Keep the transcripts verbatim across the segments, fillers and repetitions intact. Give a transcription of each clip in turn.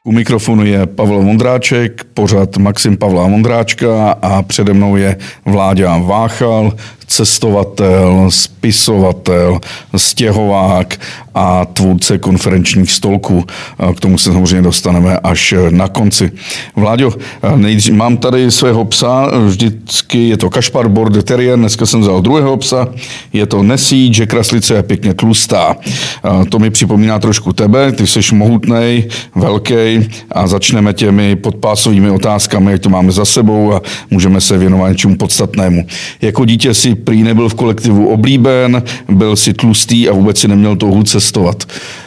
U mikrofonu je Pavel Vondráček, pořad Maxim Pavla Vondráčka a přede mnou je Vláďa Váchal, cestovatel, spisovatel, stěhovák a tvůrce konferenčních stolků. K tomu se samozřejmě dostaneme až na konci. Vláďo, nejdřív mám tady svého psa, vždycky je to Kašpar Border Terrier, dneska jsem vzal druhého psa, je to Nessie, Jack Raslice je pěkně tlustá. To mi připomíná trošku tebe, ty jsi mohutnej, velký a začneme těmi podpásovými otázkami, jak to máme za sebou a můžeme se věnovat něčemu podstatnému. Jako dítě si prý nebyl v kolektivu oblíben, byl si tlustý a vůbec si neměl touhu cestovat.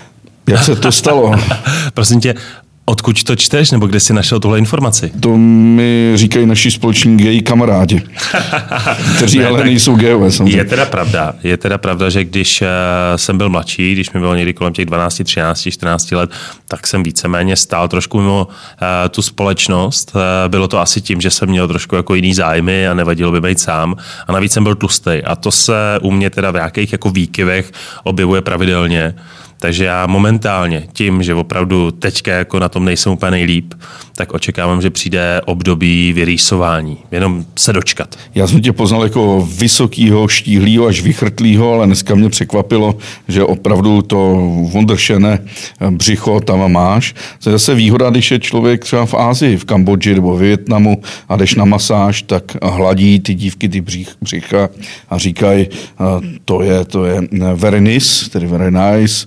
Jak se to stalo? Prosím tě, odkud to čteš, nebo kde jsi našel tuhle informaci? To mi říkají naši společní gay kamarádi, kteří ne, ale nejsou gayové. Samozřejmě. Je teda pravda, je teda pravda, že když uh, jsem byl mladší, když mi bylo někdy kolem těch dvanáct, třináct, čtrnáct let, tak jsem víceméně stál trošku mimo uh, tu společnost. Uh, bylo to asi tím, že jsem měl trošku jako jiný zájmy a nevadilo by být sám. A navíc jsem byl tlustý. A to se u mě teda v nějakých jako výkyvech objevuje pravidelně. Takže já momentálně tím, že opravdu teďka jako na tom nejsem úplně nejlíp, tak očekávám, že přijde období vyrýsování. Jenom se dočkat. Já jsem tě poznal jako vysokýho, štíhlýho až vychrtlýho, ale dneska mě překvapilo, že opravdu to wonderšené břicho tam máš. To je zase výhoda, když je člověk třeba v Ázii, v Kambodži nebo v Vietnamu a jdeš na masáž, tak hladí ty dívky ty břich, břicha a říkají, to je, to je very nice, tedy very nice.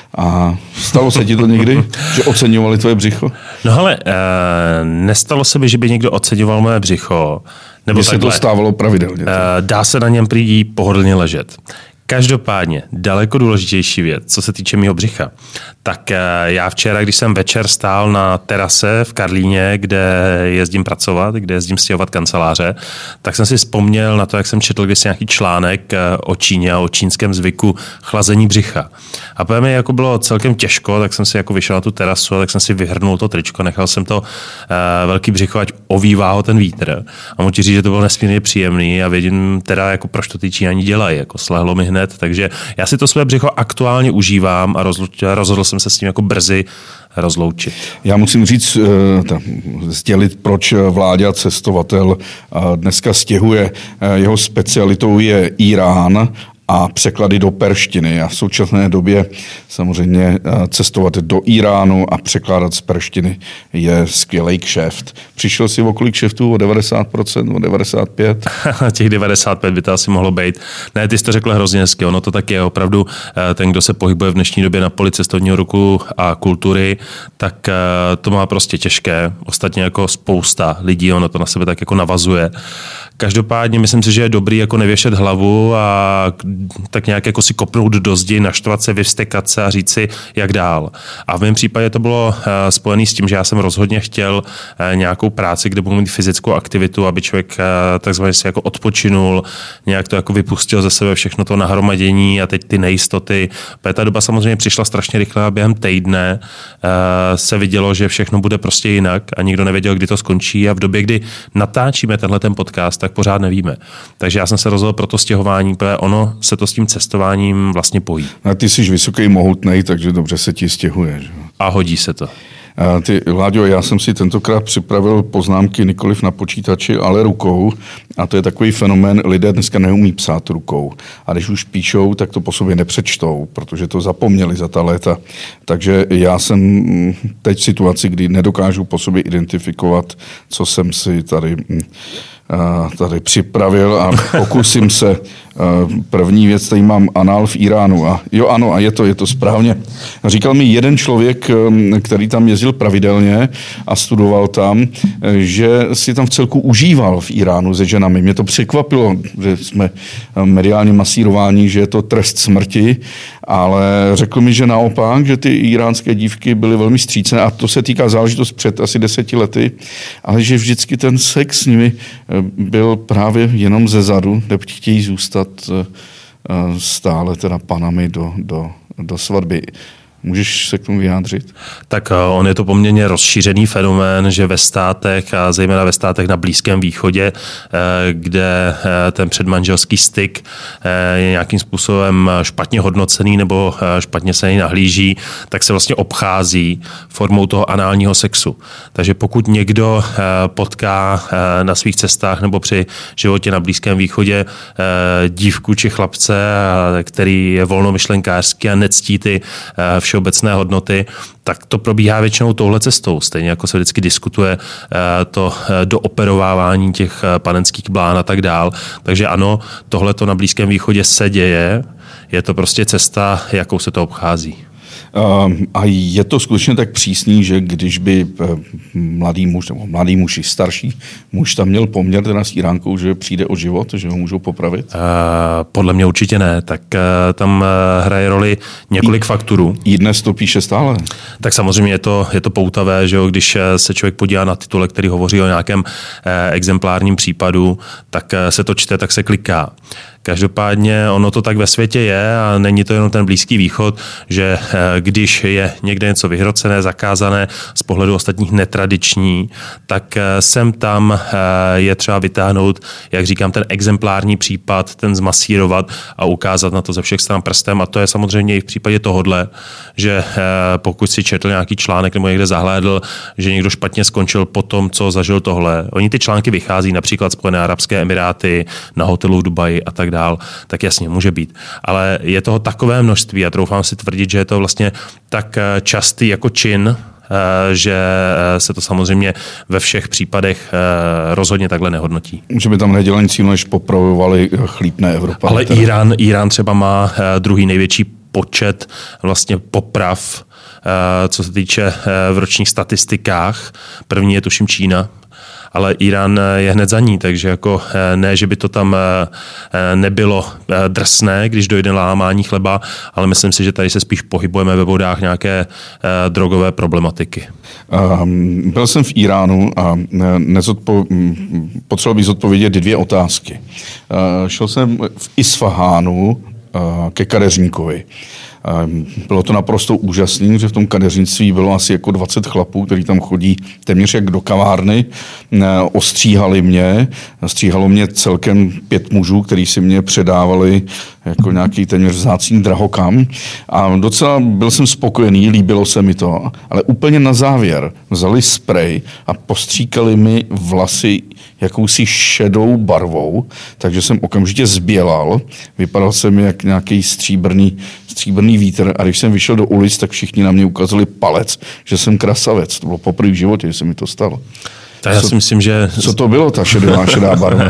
A stalo se ti to někdy, že oceňovali tvoje břicho? No hele, e, nestalo se mi, že by někdo oceňoval moje břicho. Nebo se to stávalo pravidelně. E, dá se na něm prý pohodlně ležet. Každopádně daleko důležitější věc, co se týče mýho břicha, tak já včera, když jsem večer stál na terase v Karlíně, kde jezdím pracovat, kde jezdím stěhovat kanceláře, tak jsem si vzpomněl na to, jak jsem četl kdysi nějaký článek o Číně a o čínském zvyku chlazení břicha. A po mě jako bylo celkem těžko, tak jsem si jako vyšel na tu terasu a tak jsem si vyhrnul to tričko, nechal jsem to uh, velký břicho, ať ovívá ho ten vítr. A můžu říct, že to bylo nesmírně příjemný a vědím teda, jako proč to ty Číňani dělají, jako slehlo mi hned, takže já si to své břicho aktuálně užívám a rozlu- rozhodl jsem se s tím jako brzy rozloučit. Já musím říct, sdělit, proč Vláďa cestovatel dneska stěhuje. Jeho specialitou je Irán a překlady do perštiny. A v současné době samozřejmě cestovat do Iránu a překládat z perštiny je skvělej kšeft. Přišel jsi o kolik kšeftů? O devadesát procent? O devadesát pět procent? Těch devadesát pět by to asi mohlo být. Ne, ty jsi to řekl hrozně hezky. Ono to tak je opravdu ten, kdo se pohybuje v dnešní době na poli cestovního ruchu a kultury, tak to má prostě těžké. Ostatně jako spousta lidí, ono to na sebe tak jako navazuje. Každopádně myslím si, že je dobrý jako nevěšet hlavu a tak nějak jako si kopnout do zdi, naštvat se, vyvstekat se a říct si, jak dál. A v mém případě to bylo spojené s tím, že já jsem rozhodně chtěl nějakou práci, kde budu mít fyzickou aktivitu, aby člověk takzvaně si jako odpočinul, nějak to jako vypustil ze sebe všechno to nahromadění a teď ty nejistoty. Ta doba samozřejmě přišla strašně rychle a během týdne se vidělo, že všechno bude prostě jinak a nikdo nevěděl, kdy to skončí a v době, kdy natáčíme tenhle ten podcast, tak pořád nevíme. Takže já jsem se rozhodl pro to stěhování, protože ono se to s tím cestováním vlastně pojí. A ty jsi vysoký, mohutnej, takže dobře se ti stěhuje. Že? A hodí se to. A ty, Láďo, já jsem si tentokrát připravil poznámky nikoliv na počítači, ale rukou. A to je takový fenomén, lidé dneska neumí psát rukou. A když už píšou, tak to po sobě nepřečtou, protože to zapomněli za ta léta. Takže já jsem teď v situaci, kdy nedokážu po sobě identifikovat, co jsem si tady... tady připravil a pokusím se. První věc, tady mám anál v Iránu. A jo, ano, a je to, je to správně. Říkal mi jeden člověk, který tam jezdil pravidelně a studoval tam, že si tam v celku užíval v Iránu se ženami. Mě to překvapilo, že jsme mediálně masírováni, že je to trest smrti, ale řekl mi, že naopak, že ty iránské dívky byly velmi vstřícné a to se týká záležitost před asi deseti lety, ale že vždycky ten sex s nimi byl právě jenom ze zadu, neboť chtějí zůstat stále teda panami do, do, do svatby. Můžeš se k tomu vyjádřit? Tak on je to poměrně rozšířený fenomén, že ve státech, a zejména ve státech na Blízkém východě, kde ten předmanželský styk je nějakým způsobem špatně hodnocený nebo špatně se něj nahlíží, tak se vlastně obchází formou toho análního sexu. Takže pokud někdo potká na svých cestách nebo při životě na Blízkém východě dívku či chlapce, který je volnomyšlenkářský a nectí ty všeobecné hodnoty, tak to probíhá většinou touhle cestou. Stejně jako se vždycky diskutuje to dooperovávání těch panenských blán a tak dál. Takže ano, tohle to na Blízkém východě se děje, je to prostě cesta, jakou se to obchází. A je to skutečně tak přísný, že když by mladý muž, nebo mladý muž i starší muž tam měl poměr teda s Iránkou, že přijde o život, že ho můžou popravit? Uh, podle mě určitě ne. Tak uh, tam uh, hraje roli několik I, faktorů. I dnes to píše stále. Tak samozřejmě je to, je to poutavé, že jo, když se člověk podívá na titule, který hovoří o nějakém uh, exemplárním případu, tak uh, se to čte, tak se kliká. Každopádně ono to tak ve světě je a není to jenom ten Blízký východ, že když je někde něco vyhrocené, zakázané, z pohledu ostatních netradiční, tak sem tam je třeba vytáhnout, jak říkám, ten exemplární případ, ten zmasírovat a ukázat na to ze všech stran prstem. A to je samozřejmě i v případě tohodle, že pokud si četl nějaký článek nebo někde zahlédl, že někdo špatně skončil po tom, co zažil tohle. Oni ty články vychází například Spojené arabské emiráty, na hotelu v Dubaji a tak dál, tak jasně, může být. Ale je toho takové množství a troufám si tvrdit, že je to vlastně tak častý jako čin, že se to samozřejmě ve všech případech rozhodně takhle nehodnotí. Že by tam nedělali nic jiného, než popravovali chlípné Evropa. Ale Irán, Irán třeba má druhý největší počet vlastně poprav, co se týče v ročních statistikách. První je tuším Čína, ale Irán je hned za ní, takže jako ne, že by to tam nebylo drsné, když dojde na lámání chleba, ale myslím si, že tady se spíš pohybujeme ve vodách nějaké drogové problematiky. Um, byl jsem v Iránu a nezodpo... potřeboval bych zodpovědět dvě otázky. Uh, šel jsem v Isfahánu uh, ke kadeřníkovi. Bylo to naprosto úžasné, že v tom kadeřnictví bylo asi jako dvacet chlapů, kteří tam chodí téměř jak do kavárny. Ostříhali mě, stříhalo mě celkem pět mužů, kteří si mě předávali jako nějaký téměř vzácný drahokam. A docela byl jsem spokojený, líbilo se mi to, ale úplně na závěr vzali sprej a postříkali mi vlasy jakousi šedou barvou, takže jsem okamžitě zbělal. Vypadal jsem jak nějaký stříbrný, stříbrný vítr a když jsem vyšel do ulic, tak všichni na mě ukázali palec, že jsem krasavec. To bylo poprvé v životě, že se mi to stalo. Já co, si myslím, že... Co to bylo, ta šedá, šedá barva?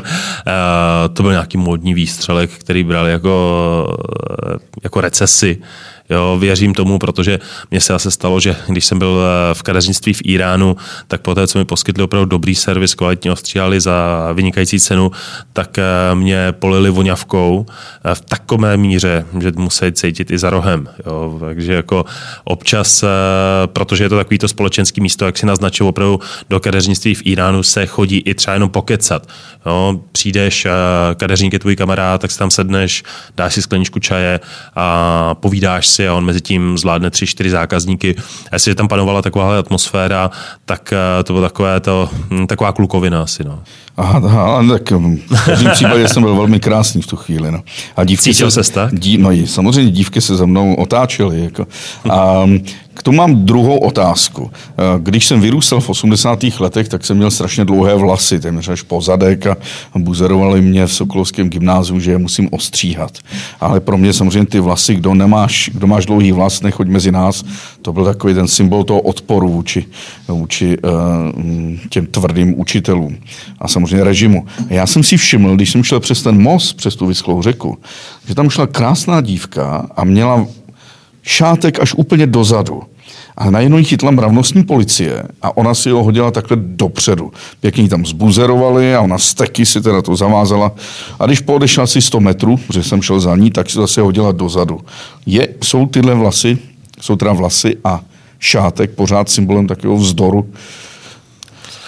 To byl nějaký módní výstřelek, který bral jako, jako recesi. Jo, věřím tomu, protože mně se asi stalo, že když jsem byl v kadeřnictví v Iránu, tak poté, co mi poskytli opravdu dobrý servis, kvalitně ostříhali za vynikající cenu, tak mě polili voňavkou v takové míře, že museli cítit i za rohem. Jo, takže jako občas, protože je to takovýto společenský místo, jak si naznačil, opravdu do kadeřnictví v Iránu se chodí i třeba jenom pokecat. Jo, přijdeš, kadeřník je tvůj kamarád, tak si tam sedneš, dáš si skleničku čaje a povídáš si a on mezi tím zvládne tři, čtyři zákazníky. A jestliže tam panovala taková atmosféra, tak to bylo takové to, taková klukovina asi. No. Aha, aha, tak v každém případě jsem byl velmi krásný v tu chvíli. No. A dívky Cítil se, ses tak? Dí, no samozřejmě dívky se za mnou otáčely. Jako. A k tomu mám druhou otázku. Když jsem vyrůstal v osmdesátých letech, tak jsem měl strašně dlouhé vlasy, téměř až po zadek a buzerovali mě v Sokolovském gymnáziu, že je musím ostříhat. Ale pro mě samozřejmě ty vlasy, kdo nemáš, kdo máš dlouhý vlas, nechoď mezi nás, to byl takový ten symbol toho odporu vůči, vůči uh, těm tvrdým učitelům a samozřejmě režimu. A já jsem si všiml, když jsem šel přes ten most, přes tu vyschlou řeku, že tam šla krásná dívka a měla šátek až úplně dozadu. A najednou ji chytla mravnostní policie a ona si ho hodila takhle dopředu. Pěkně ji tam zbuzerovali a ona steky si teda to zavázala. A když poodešla asi sto metrů, protože jsem šel za ní, tak si zase hodila dozadu. Je, jsou tyhle vlasy, jsou teda vlasy a šátek pořád symbolem takového vzdoru?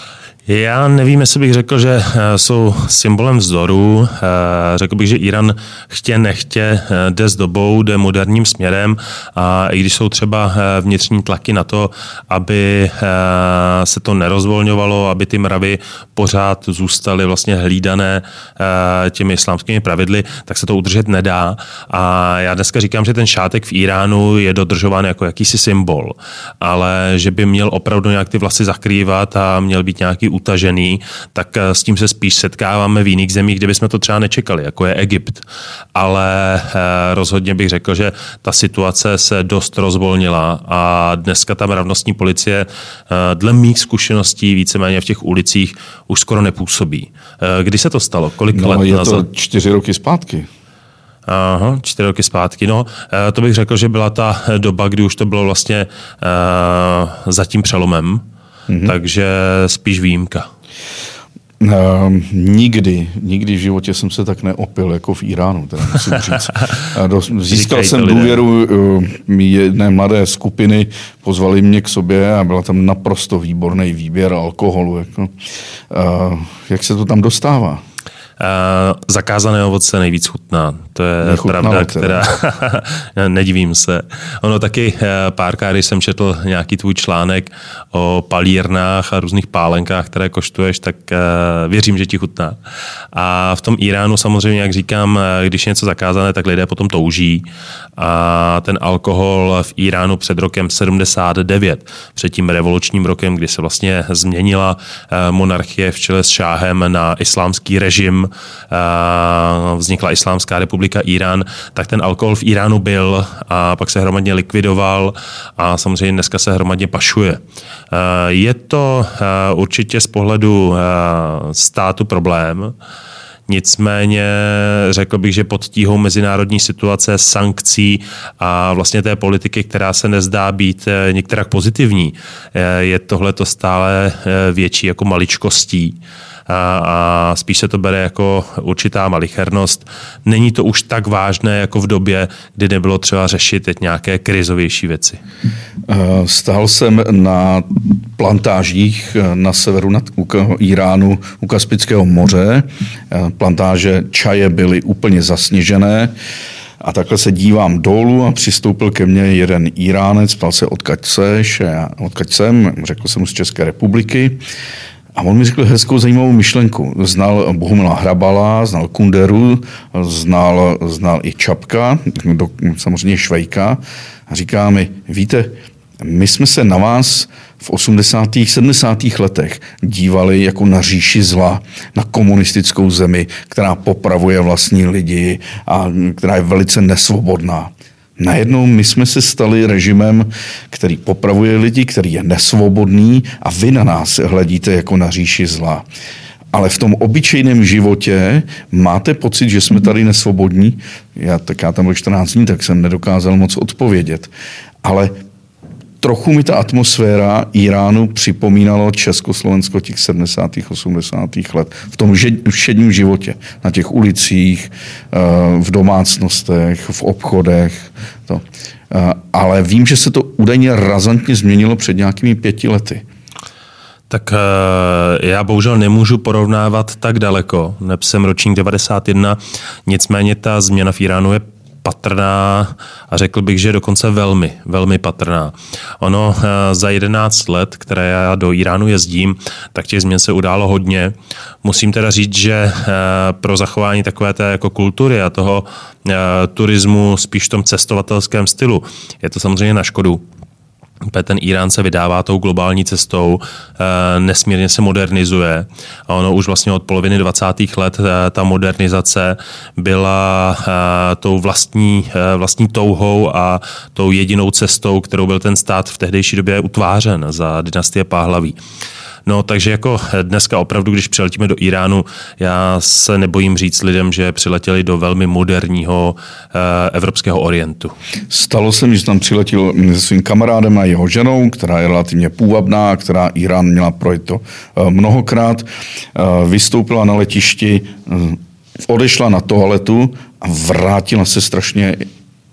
Já nevím, jestli bych řekl, že jsou symbolem vzdoru. Řekl bych, že Irán chtě nechtě jde s dobou, jde moderním směrem a i když jsou třeba vnitřní tlaky na to, aby se to nerozvolňovalo, aby ty mravy pořád zůstaly vlastně hlídané těmi islámskými pravidly, tak se to udržet nedá. A já dneska říkám, že ten šátek v Iránu je dodržován jako jakýsi symbol, ale že by měl opravdu nějak ty vlasy zakrývat a měl být nějaký utažený, tak s tím se spíš setkáváme v jiných zemích, kde bychom to třeba nečekali, jako je Egypt. Ale rozhodně bych řekl, že ta situace se dost rozvolnila a dneska ta mravnostní policie dle mých zkušeností víceméně v těch ulicích už skoro nepůsobí. Kdy se to stalo? Kolik no, let je nazad? to čtyři roky zpátky. Aha, čtyři roky zpátky. No, to bych řekl, že byla ta doba, kdy už to bylo vlastně uh, za tím přelomem. Mm-hmm. Takže spíš výjimka. Uh, nikdy, nikdy v životě jsem se tak neopil jako v Iránu, teda musím říct. Uh, získal jsem lidé. důvěru uh, jedné mladé skupiny, pozvali mě k sobě a byla tam naprosto výborný výběr alkoholu. Jako. Uh, jak se to tam dostává? Uh, zakázané ovoce nejvíc chutná. To je Nechutnalo pravda, která... Nedivím se. Ono taky párkrát, když jsem četl nějaký tvůj článek o palírnách a různých pálenkách, které koštuješ, tak uh, věřím, že ti chutná. A v tom Iránu samozřejmě, jak říkám, když je něco zakázané, tak lidé potom touží. A ten alkohol v Iránu před rokem sedmdesát devět, před tím revolučním rokem, kdy se vlastně změnila monarchie v čele s šáhem na islámský režim, vznikla Islámská republika Irán, tak ten alkohol v Iránu byl a pak se hromadně likvidoval a samozřejmě dneska se hromadně pašuje. Je to určitě z pohledu státu problém, nicméně řekl bych, že pod tíhou mezinárodní situace, sankcí a vlastně té politiky, která se nezdá být některak pozitivní, je tohleto stále větší jako maličkostí. A, a spíš se to bere jako určitá malichernost. Není to už tak vážné jako v době, kdy nebylo třeba řešit teď nějaké krizovější věci. Stál jsem na plantážích na severu nad Iránu u Kaspického moře. Plantáže čaje byly úplně zasněžené. A takhle se dívám dolů a přistoupil ke mně jeden Iránec, ptal se, odkud seš, já, odkud jsem, řekl jsem z České republiky. A on mi řekl hezkou zajímavou myšlenku. Znal Bohumila Hrabala, znal Kunderu, znal, znal i Čapka, do, samozřejmě Švejka. A říká mi, víte, my jsme se na vás v osmdesátých, sedmdesátých letech dívali jako na říši zla, na komunistickou zemi, která popravuje vlastní lidi a která je velice nesvobodná. Najednou my jsme se stali režimem, který popravuje lidi, který je nesvobodný a vy na nás hledíte jako na říši zla. Ale v tom obyčejném životě máte pocit, že jsme tady nesvobodní? Já, tak já tam byl čtrnáct dní, tak jsem nedokázal moc odpovědět. Ale trochu mi ta atmosféra Iránu připomínalo Československo těch sedmdesátých, osmdesátých let. V tom všedním životě. Na těch ulicích, v domácnostech, v obchodech. To. Ale vím, že se to údajně razantně změnilo před nějakými pěti lety. Tak já bohužel nemůžu porovnávat tak daleko. Neb jsem ročník devadesát jedna, nicméně ta změna v Iránu je patrná a řekl bych, že dokonce velmi, velmi patrná. Ono za jedenáct let, které já do Iránu jezdím, tak těch změn se událo hodně. Musím teda říct, že pro zachování takové té jako kultury a toho turismu spíš v tom cestovatelském stylu je to samozřejmě na škodu. Ten Irán se vydává tou globální cestou, nesmírně se modernizuje. A ono už vlastně od poloviny dvacátých let ta modernizace byla tou vlastní, vlastní touhou a tou jedinou cestou, kterou byl ten stát v tehdejší době utvářen za dynastie Pahlaví. No, takže jako dneska opravdu, když přiletíme do Iránu, já se nebojím říct lidem, že přiletěli do velmi moderního eh, evropského orientu. Stalo se mi, že tam přiletěl se svým kamarádem a jeho ženou, která je relativně půvabná, která Irán měla projít to eh, mnohokrát. Eh, vystoupila na letišti, eh, odešla na toaletu a vrátila se strašně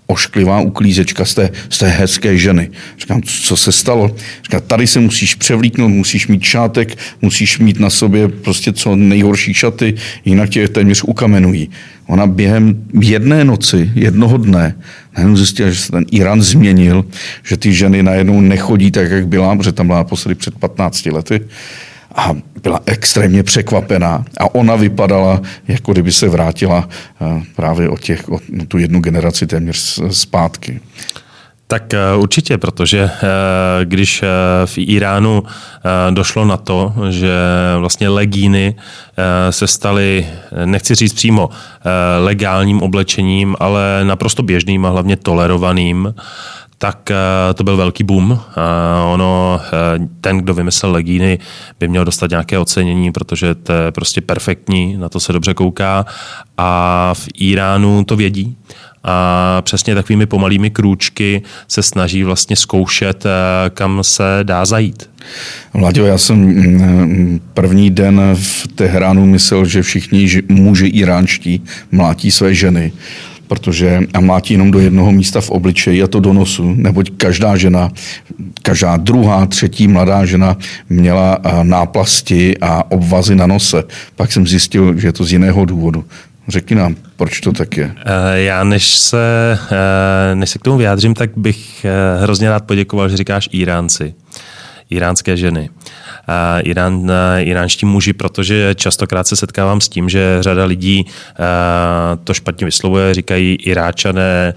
ošklivá uklízečka z té, z té hezké ženy. Říkám, co se stalo? Říkám, tady se musíš převlíknout, musíš mít šátek, musíš mít na sobě prostě co nejhorší šaty, jinak tě téměř ukamenují. Ona během jedné noci, jednoho dne, najednou zjistila, že se ten Irán změnil, že ty ženy najednou nechodí tak, jak byla, protože tam byla naposledy před patnácti lety, a byla extrémně překvapená. A ona vypadala, jako kdyby se vrátila právě o, těch, o tu jednu generaci téměř zpátky. Tak určitě, protože když v Iránu došlo na to, že vlastně legíny se staly, nechci říct přímo legálním oblečením, ale naprosto běžným a hlavně tolerovaným, tak to byl velký boom. Ono, ten, kdo vymyslel legíny, by měl dostat nějaké ocenění, protože to je prostě perfektní, na to se dobře kouká a v Iránu to vědí. A přesně takovými pomalými krůčky se snaží vlastně zkoušet, kam se dá zajít. Vlaďo, já jsem první den v Teheránu myslel, že všichni muži iránští mlátí své ženy, protože a mlátí jenom do jednoho místa v obličeji, a to do nosu, neboť každá žena, každá druhá, třetí mladá žena měla náplasti a obvazy na nose. Pak jsem zjistil, že je to z jiného důvodu. Řekni nám, proč to tak je. Já než se, než se k tomu vyjádřím, tak bych hrozně rád poděkoval, že říkáš Iránci, iránské ženy. Irán, iránští muži, protože častokrát se setkávám s tím, že řada lidí to špatně vyslovuje, říkají Iráčané,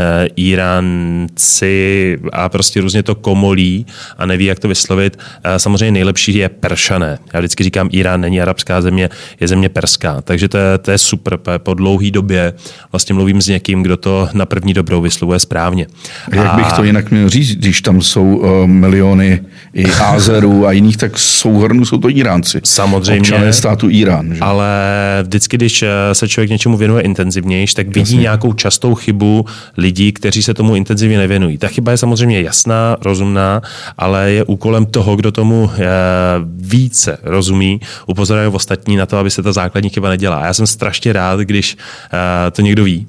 Iránci a prostě různě to komolí a neví, jak to vyslovit. Samozřejmě nejlepší je Peršané. Já vždycky říkám, Irán není arabská země, je země perská. Takže to je, to je super. Po dlouhé době vlastně mluvím s někým, kdo to na první dobrou vyslovuje správně. Jak bych to jinak měl říct, když tam jsou uh, miliony i Azerů a jiných, tak souhrnu jsou to Iránci. Samozřejmě. Občané státu Irán. Že? Ale vždycky, když se člověk něčemu věnuje intenzivněji, tak vidí Jasně. nějakou častou chybu lidí, kteří se tomu intenzivně nevěnují. Ta chyba je samozřejmě jasná, rozumná, ale je úkolem toho, kdo tomu více rozumí, upozorňuje ostatní na to, aby se ta základní chyba nedělala. A já jsem strašně rád, když to někdo ví.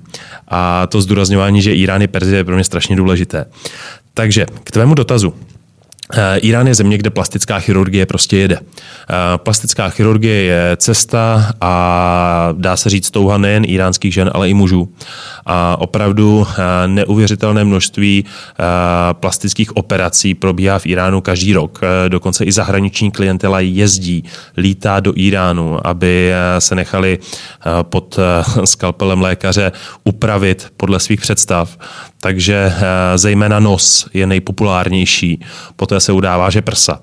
A to zdůrazňování, že Irán je Perzie, je pro mě strašně důležité. Takže k tvému dotazu. Irán je země, kde plastická chirurgie prostě jede. Plastická chirurgie je cesta a dá se říct touha nejen iránských žen, ale i mužů. A opravdu neuvěřitelné množství plastických operací probíhá v Iránu každý rok. Dokonce i zahraniční klientela jezdí, lítá do Iránu, aby se nechali pod skalpelem lékaře upravit podle svých představ. Takže zejména nos je nejpopulárnější, poté se udává, že prsa.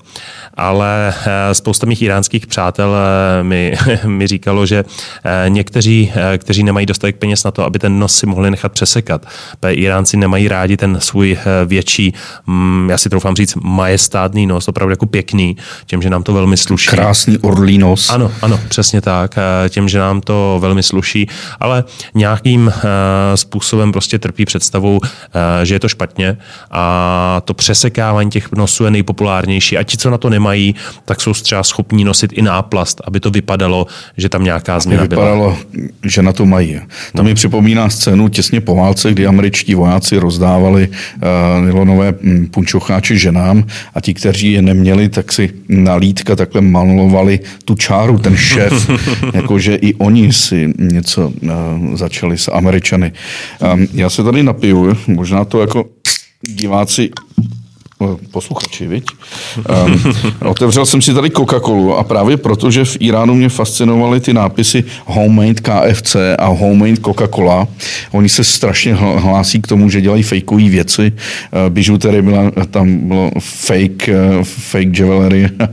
Ale spousta mých iránských přátel mi, mi říkalo, že někteří, kteří nemají dostatek peněz na to, aby ten nos si mohli nechat přesekat. Iránci nemají rádi ten svůj větší, já si troufám říct, majestátný nos, opravdu jako pěkný, tím, že nám to velmi sluší. Krásný orlí nos. Ano, ano, přesně tak, tím, že nám to velmi sluší, ale nějakým způsobem prostě trpí představou, že je to špatně a to přesekávání těch nosů je nejpopulárnější. A ti, co na to nemají, tak jsou třeba schopní nosit i náplast, aby to vypadalo, že tam nějaká změna byla. Vypadalo, že na to mají. To no. mi připomíná scénu těsně po válce, kdy američtí vojáci rozdávali uh, nylonové punčocháče ženám a ti, kteří je neměli, tak si na lítka takhle malovali tu čáru, ten šéf, jakože i oni si něco uh, začali s Američany. Um, já se tady napiju, možná to jako diváci posluchači, viď? Um, otevřel jsem si tady Coca-Colu a právě proto, že v Iránu mě fascinovaly ty nápisy homemade K F C a homemade Coca-Cola. Oni se strašně hlásí k tomu, že dělají fejkové věci. Uh, bižuterie byla, tam bylo fake, uh, fake jewelry. uh,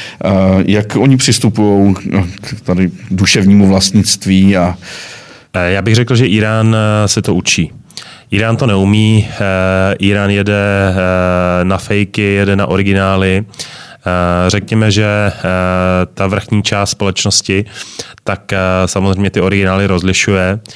jak oni přistupují k tady duševnímu vlastnictví? A... Já bych řekl, že Irán se to učí. Irán to neumí, Irán jede na fejky, jede na originály. Řekněme, že ta vrchní část společnosti tak samozřejmě ty originály rozlišuje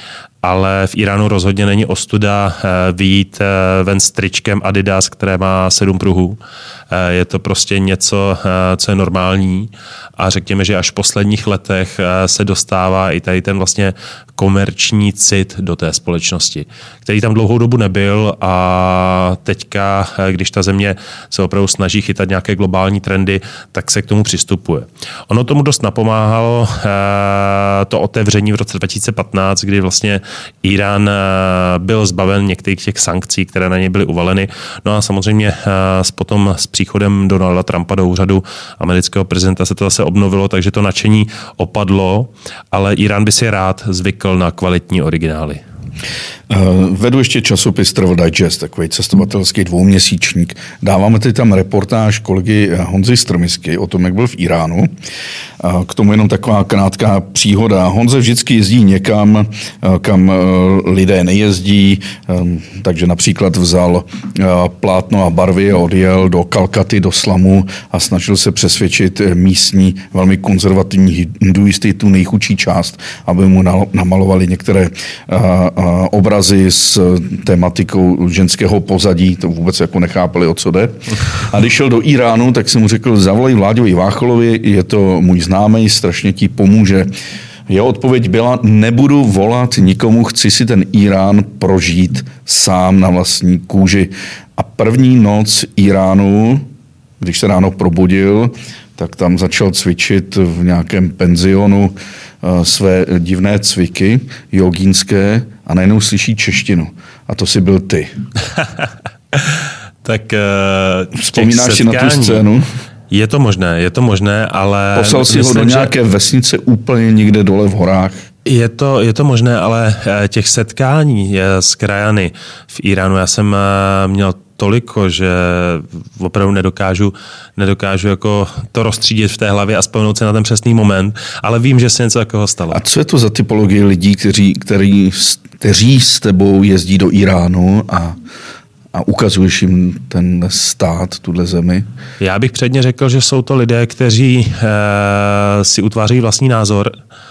ale v Iránu rozhodně není ostuda vyjít ven s tričkem Adidas, které má sedm pruhů. Je to prostě něco, co je normální a řekněme, že až v posledních letech se dostává i tady ten vlastně komerční cit do té společnosti, který tam dlouhou dobu nebyl a teďka, když ta země se opravdu snaží chytat nějaké globální trendy, tak se k tomu přistupuje. Ono tomu dost napomáhalo to otevření v roce dva tisíce patnáct, kdy vlastně Irán byl zbaven některých těch sankcí, které na něj byly uvaleny. No a samozřejmě s potom s příchodem Donalda Trumpa do úřadu amerického prezidenta se to zase obnovilo, takže to nadšení opadlo, ale Irán by si rád zvykl na kvalitní originály. Vedu ještě časopis Travel Digest, takový cestovatelský dvouměsíčník. Dáváme teď tam reportáž kolegy Honzy Strmisky o tom, jak byl v Iránu. K tomu jenom taková krátká příhoda. Honze vždycky jezdí někam, kam lidé nejezdí, takže například vzal plátno a barvy a odjel do Kalkaty, do slamu a snažil se přesvědčit místní velmi konzervativní hinduisty, tu nejchudší část, aby mu namalovali některé obrazy s tématikou ženského pozadí, to vůbec jako nechápali, o co jde. A když šel do Iránu, tak jsem mu řekl, zavolej Vláďovi Vácholovi, je to můj známý, strašně ti pomůže. Jeho odpověď byla, nebudu volat nikomu, chci si ten Irán prožít sám na vlastní kůži. A první noc Iránu, když se ráno probudil, tak tam začal cvičit v nějakém penzionu své divné cviky jogínské a najednou slyší češtinu. A to si byl ty. Tak vzpomínáš si na tu scénu? Je to možné, je to možné, ale... Poslal si ho do nějaké že... vesnice úplně někde dole v horách. Je to, je to možné, ale těch setkání s krajany v Iránu, já jsem měl toliko, že opravdu nedokážu, nedokážu jako to rozstřídit v té hlavě a vzpomenout se na ten přesný moment, ale vím, že se něco takového stalo. A co je to za typologii lidí, kteří, kteří, kteří s tebou jezdí do Iránu a a ukazuješ jim ten stát, tuhle zemi? Já bych předně řekl, že jsou to lidé, kteří e, si utváří vlastní názor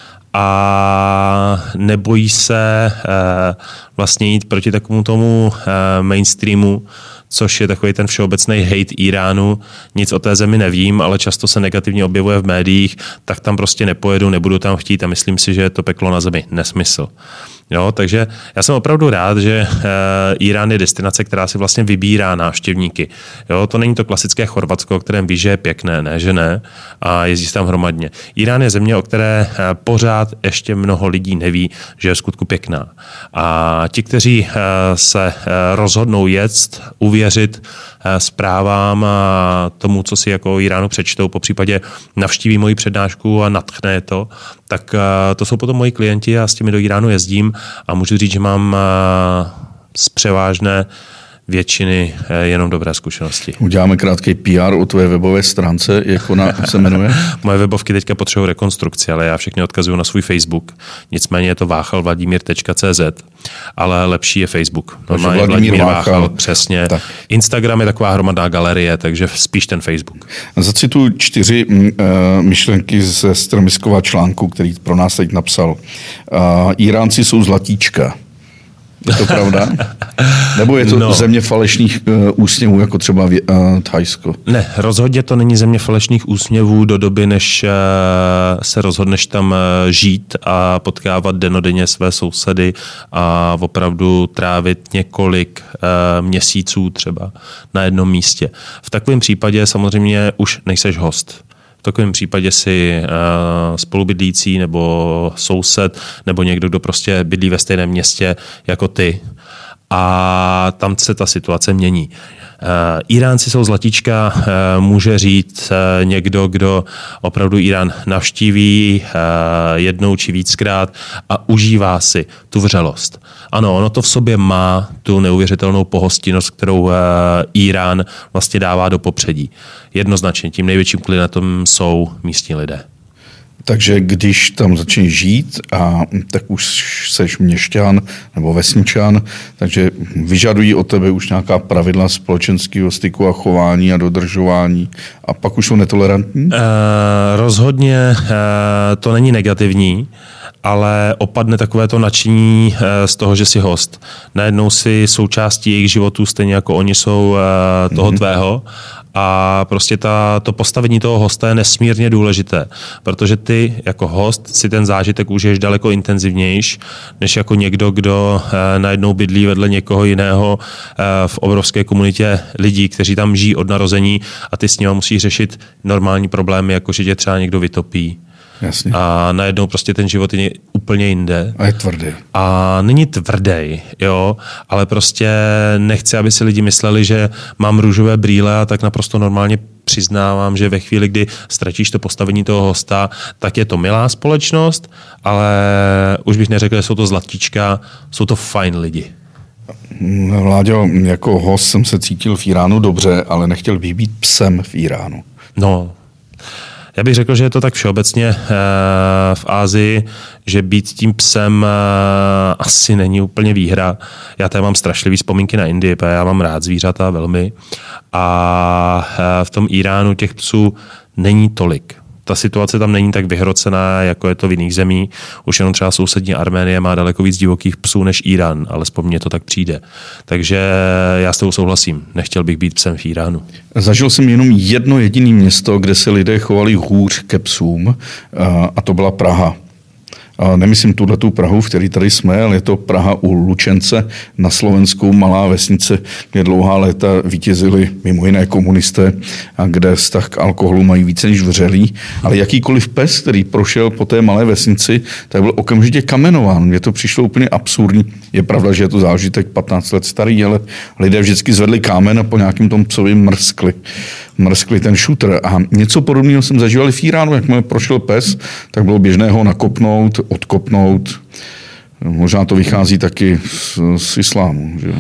a nebojí se e, vlastně jít proti takovému tomu e, mainstreamu, což je takový ten všeobecný hate Iránu. Nic o té zemi nevím, ale často se negativně objevuje v médiích, tak tam prostě nepojedu, nebudu tam chtít a myslím si, že je to peklo na zemi. Nesmysl. Jo, takže já jsem opravdu rád, že e, Irán je destinace, která si vlastně vybírá návštěvníky. Jo, to není to klasické Chorvatsko, o kterém ví, že je pěkné, ne, že ne, a jezdí tam hromadně. Irán je země, o které e, pořád ještě mnoho lidí neví, že je v skutku pěkná. A ti, kteří e, se e, rozhodnou jet, uvěřit e, zprávám a tomu, co si jako o Iránu přečtou, popřípadě navštíví moji přednášku a nadchne je to, tak e, to jsou potom moji klienti a s těmi do Iránu jezdím. A můžu říct, že mám z převážné většiny jenom dobré zkušenosti. Uděláme krátký P R o tvoje webové stránce, jak ona se jmenuje? Moje webovky teďka potřebují rekonstrukci, ale já všechny odkazuju na svůj Facebook. Nicméně je to váchal vladimír tečka cé zet, ale lepší je Facebook. Normálně Vladimír, Vladimír Váchal, Váchal, přesně. Tak. Instagram je taková hromadná galerie, takže spíš ten Facebook. Zacituju čtyři uh, myšlenky ze Strmiskova článku, který pro nás teď napsal. Uh, Iránci jsou zlatíčka. Je to pravda? Nebo je to no. země falešných uh, úsměvů, jako třeba uh, Thajsko? Ne, rozhodně to není země falešných úsměvů do doby, než uh, se rozhodneš tam uh, žít a potkávat dennodenně své sousedy a opravdu trávit několik uh, měsíců třeba na jednom místě. V takovém případě samozřejmě už nejseš host. V takovém případě si uh, spolubydlící nebo soused nebo někdo, kdo prostě bydlí ve stejném městě jako ty. A tam se ta situace mění. Uh, Iránci jsou zlatíčka, uh, může říct uh, někdo, kdo opravdu Irán navštíví uh, jednou či víckrát a užívá si tu vřelost. Ano, ono to v sobě má tu neuvěřitelnou pohostinnost, kterou uh, Irán vlastně dává do popředí. Jednoznačně tím největším klientem jsou místní lidé. Takže když tam začneš žít, a tak už seš měšťan nebo vesničan, takže vyžadují od tebe už nějaká pravidla společenského styku a chování a dodržování a pak už jsou netolerantní? Uh, rozhodně uh, to není negativní, ale opadne takové to nadšení z toho, že jsi host. Najednou si součástí jejich životů, stejně jako oni jsou toho mm-hmm. tvého. A prostě ta, to postavení toho hosta je nesmírně důležité, protože ty jako host si ten zážitek užiješ daleko intenzivnější, než jako někdo, kdo eh, najednou bydlí vedle někoho jiného eh, v obrovské komunitě lidí, kteří tam žijí od narození a ty s nimi musíš řešit normální problémy, jako že tě třeba někdo vytopí. Jasně. A najednou prostě ten život je úplně jinde. A je tvrdý. A není tvrdý, jo, ale prostě nechci, aby si lidi mysleli, že mám růžové brýle a tak naprosto normálně přiznávám, že ve chvíli, kdy ztratíš to postavení toho hosta, tak je to milá společnost, ale už bych neřekl, že jsou to zlatíčka, jsou to fajn lidi. Vláďo, jako host jsem se cítil v Iránu dobře, ale nechtěl bych být psem v Iránu. No, já bych řekl, že je to tak všeobecně v Asii, že být tím psem asi není úplně výhra. Já tady mám strašlivý vzpomínky na Indii, protože já mám rád zvířata velmi. A v tom Iránu těch psů není tolik. Ta situace tam není tak vyhrocená, jako je to v jiných zemích. Už jenom třeba sousední Arménie má daleko víc divokých psů než Irán, alespoň mně to tak přijde. Takže já s tou souhlasím. Nechtěl bych být psem v Iránu. Zažil jsem jenom jedno jediné město, kde se lidé chovali hůř ke psům, a to byla Praha. A nemyslím tuhletu Prahu, v který tady jsme, ale je to Praha u Lučence na Slovensku, malá vesnice, kde dlouhá léta vítězili mimo jiné komunisté a kde vztah k alkoholu mají více než vřelý. Ale jakýkoliv pes, který prošel po té malé vesnici, tak byl okamžitě kamenován. Mně to přišlo úplně absurdní. Je pravda, že je to zážitek patnáct let starý, ale lidé vždycky zvedli kámen a po nějakým tom psovi mrskli. mrskli ten šutr. A něco podobného jsem zažíval v Iránu, jakmile prošel pes, tak bylo běžné ho nakopnout, odkopnout. Možná to vychází taky z, z islámu. Že? Uh,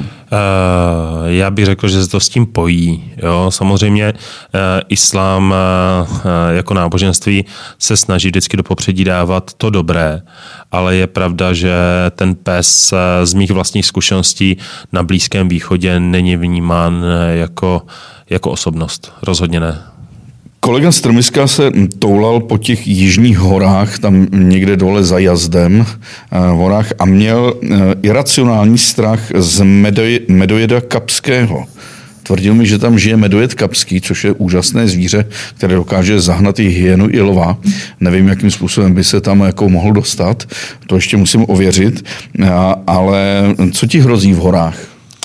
já bych řekl, že se to s tím pojí. Jo? Samozřejmě uh, islám uh, jako náboženství se snaží vždycky do popředí dávat to dobré, ale je pravda, že ten pes uh, z mých vlastních zkušeností na Blízkém východě není vnímán jako, jako osobnost. Rozhodně ne. Kolega Strmiska se toulal po těch jižních horách, tam někde dole za Jazdem v horách a měl iracionální strach z medoj, medojeda kapského. Tvrdil mi, že tam žije medojed kapský, což je úžasné zvíře, které dokáže zahnat i hyenu, i lva. Nevím, jakým způsobem by se tam jako mohl dostat, to ještě musím ověřit, ale co ti hrozí v horách?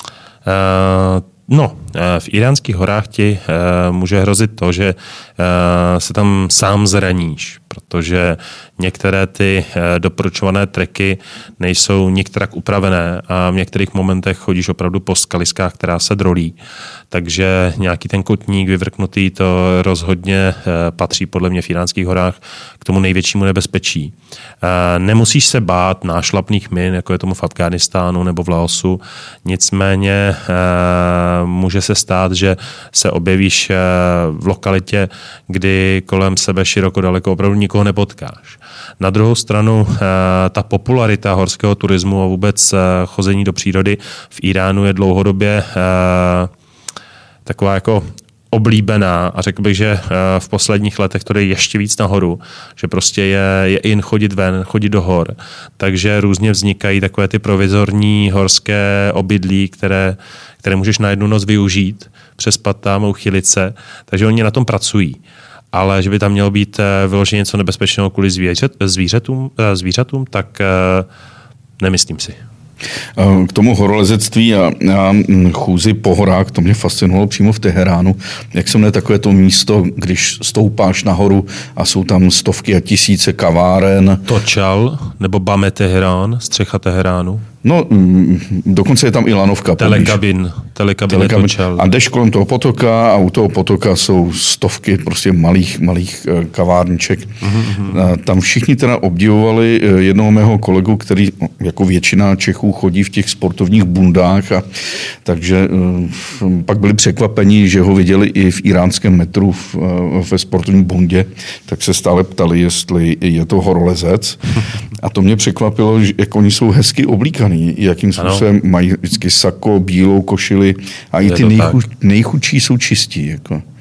Uh... No, v iránských horách ti může hrozit to, že se tam sám zraníš, protože některé ty doporučované treky nejsou nikterak upravené a v některých momentech chodíš opravdu po skaliskách, která se drolí. Takže nějaký ten kotník vyvrknutý, to rozhodně patří podle mě v iránských horách k tomu největšímu nebezpečí. Nemusíš se bát nášlapných min, jako je tomu v Afghánistánu nebo v Laosu, nicméně může se stát, že se objevíš v lokalitě, kdy kolem sebe široko daleko opravdu nikoho nepotkáš. Na druhou stranu ta popularita horského turismu a vůbec chození do přírody v Iránu je dlouhodobě taková jako oblíbená a řekl bych, že v posledních letech to jde ještě víc nahoru, že prostě je, je in chodit ven, chodit do hor. Takže různě vznikají takové ty provizorní horské obydlí, které, které můžeš na jednu noc využít, přespat tam, uchylit se. Takže oni na tom pracují. Ale že by tam mělo být vyloženě něco nebezpečného kvůli zvířat, zvířatům, zvířatům, tak nemyslím si. K tomu horolezectví a, a chůzi po horách, to mě fascinovalo přímo v Teheránu. Jak se jmenuje takové to místo, když stoupáš nahoru a jsou tam stovky a tisíce kaváren. Točal nebo Bame Teherán, střecha Teheránu. No, dokonce je tam i lanovka. Telekabin. Telekabin, telekabin. Točal. A jdeš kolem toho potoka a u toho potoka jsou stovky prostě malých, malých kavárniček. Mm-hmm. Tam všichni teda obdivovali jednoho mého kolegu, který jako většina Čechů chodí v těch sportovních bundách, a takže pak byli překvapeni, že ho viděli i v iránském metru v, ve sportovním bundě, tak se stále ptali, jestli je to horolezec. A to mě překvapilo, že jak oni jsou hezky oblíkaný, jakým způsobem ano. Mají vždycky sako, bílou košili a i ty nejchu, nejchudší jsou čistí. Jako.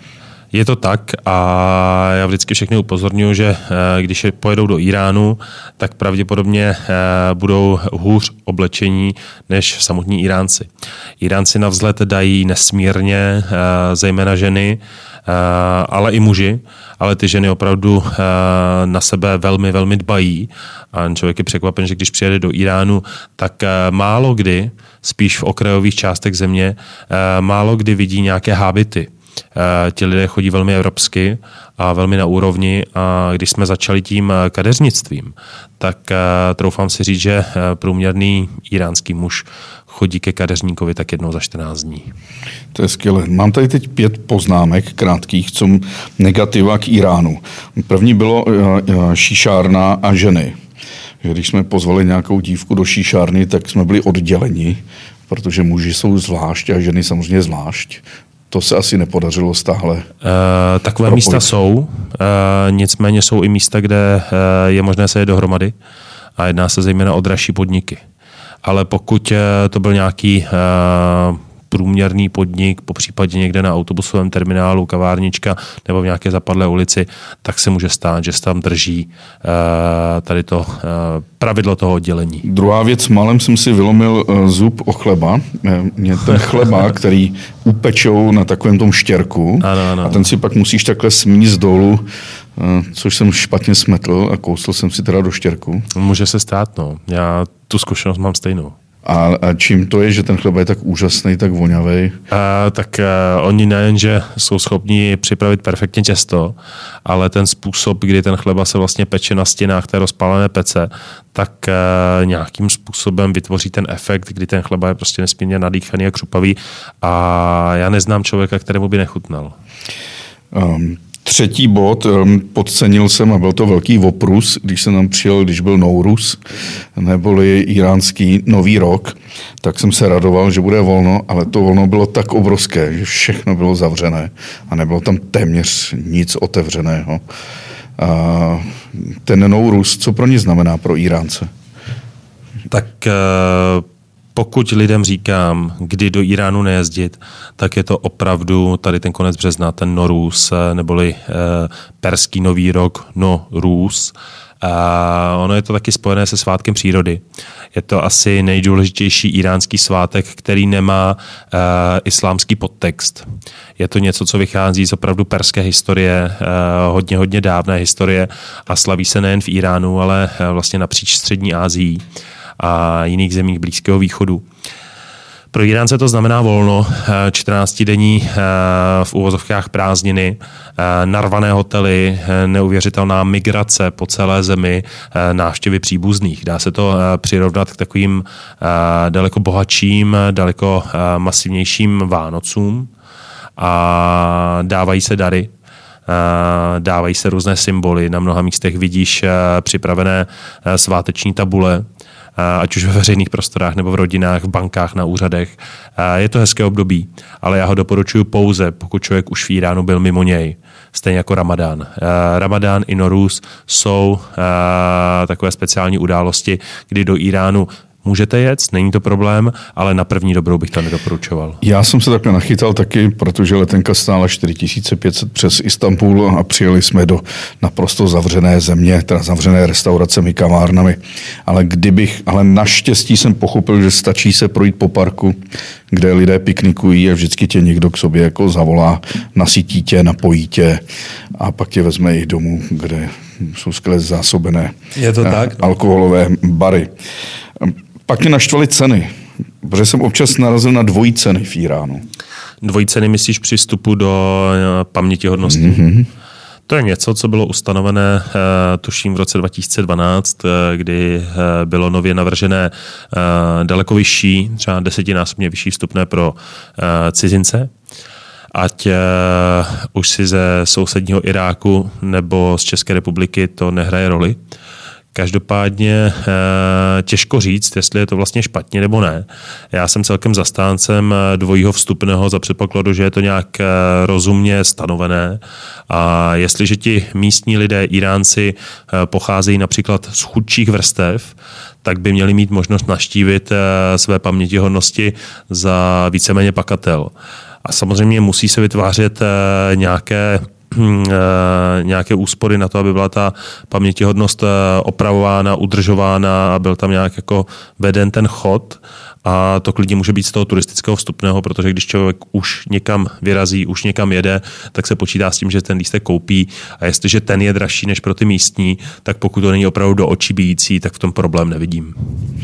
Je to tak a já vždycky všechny upozorňuji, že když pojedou do Iránu, tak pravděpodobně budou hůř oblečení než samotní Iránci. Iránci na vzhled dají nesmírně, zejména ženy, ale i muži, ale ty ženy opravdu na sebe velmi, velmi dbají. A člověk je překvapen, že když přijede do Iránu, tak málo kdy, spíš v okrajových částech země, málo kdy vidí nějaké hábity. Ti lidé chodí velmi evropsky a velmi na úrovni a když jsme začali tím kadeřnictvím, tak troufám si říct, že průměrný iránský muž chodí ke kadeřníkovi tak jednou za čtrnáct dní. To je skvělé. Mám tady teď pět poznámek krátkých, co negativa k Iránu. První bylo šíšárna a ženy. Že když jsme pozvali nějakou dívku do šíšárny, tak jsme byli odděleni, protože muži jsou zvlášť a ženy samozřejmě zvlášť. To se asi nepodařilo stále. Uh, takové propojit. Místa jsou, uh, nicméně jsou i místa, kde uh, je možné se jít dohromady a jedná se zejména o dražší podniky. Ale pokud uh, to byl nějaký uh, průměrný podnik, po případě někde na autobusovém terminálu, kavárnička nebo v nějaké zapadlé ulici, tak se může stát, že se tam drží uh, tady to uh, pravidlo toho oddělení. Druhá věc, málem jsem si vylomil uh, zub o chleba. Mě ten chleba, který upečou na takovém tom štěrku ano, ano. a ten si pak musíš takhle smíst dolů, uh, což jsem špatně smetl a kousl jsem si teda do štěrku. Může se stát, no. Já tu zkušenost mám stejnou. A, a čím to je, že ten chleba je tak úžasný, tak vonavý? Tak a, oni nejenže jsou schopni připravit perfektně těsto, ale ten způsob, kdy ten chleba se vlastně peče na stěnách té rozpálené pece, tak a, nějakým způsobem vytvoří ten efekt, kdy ten chleba je prostě nesmírně nadýchaný a křupavý a já neznám člověka, kterému by nechutnal. Um. Třetí bod, podcenil jsem a byl to velký oprus, když jsem tam přijel, když byl Nouruz, neboli iránský nový rok, tak jsem se radoval, že bude volno, ale to volno bylo tak obrovské, že všechno bylo zavřené a nebylo tam téměř nic otevřeného. A ten Nouruz, co pro ně znamená pro Iránce? Tak uh... Pokud lidem říkám, kdy do Iránu nejezdit, tak je to opravdu tady ten konec března, ten Noruz, neboli eh, perský nový rok, Noruz. A ono je to taky spojené se svátkem přírody. Je to asi nejdůležitější iránský svátek, který nemá uh, islámský podtext. Je to něco, co vychází z opravdu perské historie, uh, hodně, hodně dávné historie a slaví se nejen v Iránu, ale uh, vlastně napříč střední Asií a jiných zemích Blízkého východu. Pro Iránce to znamená volno, čtrnáctidenní v uvozovkách prázdniny, narvané hotely, neuvěřitelná migrace po celé zemi, návštěvy příbuzných. Dá se to přirovnat k takovým daleko bohatším, daleko masivnějším Vánocům a dávají se dary. Dávají se různé symboly. Na mnoha místech vidíš připravené sváteční tabule, ať už ve veřejných prostorách nebo v rodinách, v bankách, na úřadech. Je to hezké období, ale já ho doporučuji pouze, pokud člověk už v Iránu byl mimo něj. Stejně jako Ramadán. Ramadán i Noruz jsou takové speciální události, kdy do Iránu můžete jet, není to problém, ale na první dobrou bych to nedoporučoval. Já jsem se takhle nachytal taky, protože letenka stála čtyři tisíce pět set přes Istanbul a přijeli jsme do naprosto zavřené země, teda zavřené restauracemi, kavárnami. Ale kdybych, ale naštěstí jsem pochopil, že stačí se projít po parku, kde lidé piknikují a vždycky tě někdo k sobě jako zavolá, nasytí tě, napojí tě a pak tě vezme i domů, kde jsou skvěle zásobené Je to tak? alkoholové bary. Pak mě naštvaly ceny, protože jsem občas narazil na dvojí ceny v Iránu. Dvojí ceny myslíš při vstupu do pamětihodností? Mm-hmm. To je něco, co bylo ustanovené, tuším, v roce dva tisíce dvanáct, kdy bylo nově navržené daleko vyšší, třeba desetinásobně vyšší vstupné pro cizince. Ať uh, už si ze sousedního Iráku nebo z České republiky, to nehraje roli. Každopádně uh, těžko říct, jestli je to vlastně špatně nebo ne. Já jsem celkem zastáncem dvojího vstupného za předpokladu, že je to nějak uh, rozumně stanovené. A jestliže ti místní lidé, Iránci, uh, pocházejí například z chudších vrstev, tak by měli mít možnost navštívit uh, své pamětihodnosti za víceméně pakatel. A samozřejmě musí se vytvářet nějaké nějaké úspory na to, aby byla ta pamětihodnost opravována, udržována a byl tam nějak jako veden ten chod. A to klidně může být z toho turistického vstupného, protože když člověk už někam vyrazí, už někam jede, tak se počítá s tím, že ten lístek koupí. A jestliže ten je dražší než pro ty místní, tak pokud to není opravdu do očí bijící, tak v tom problém nevidím.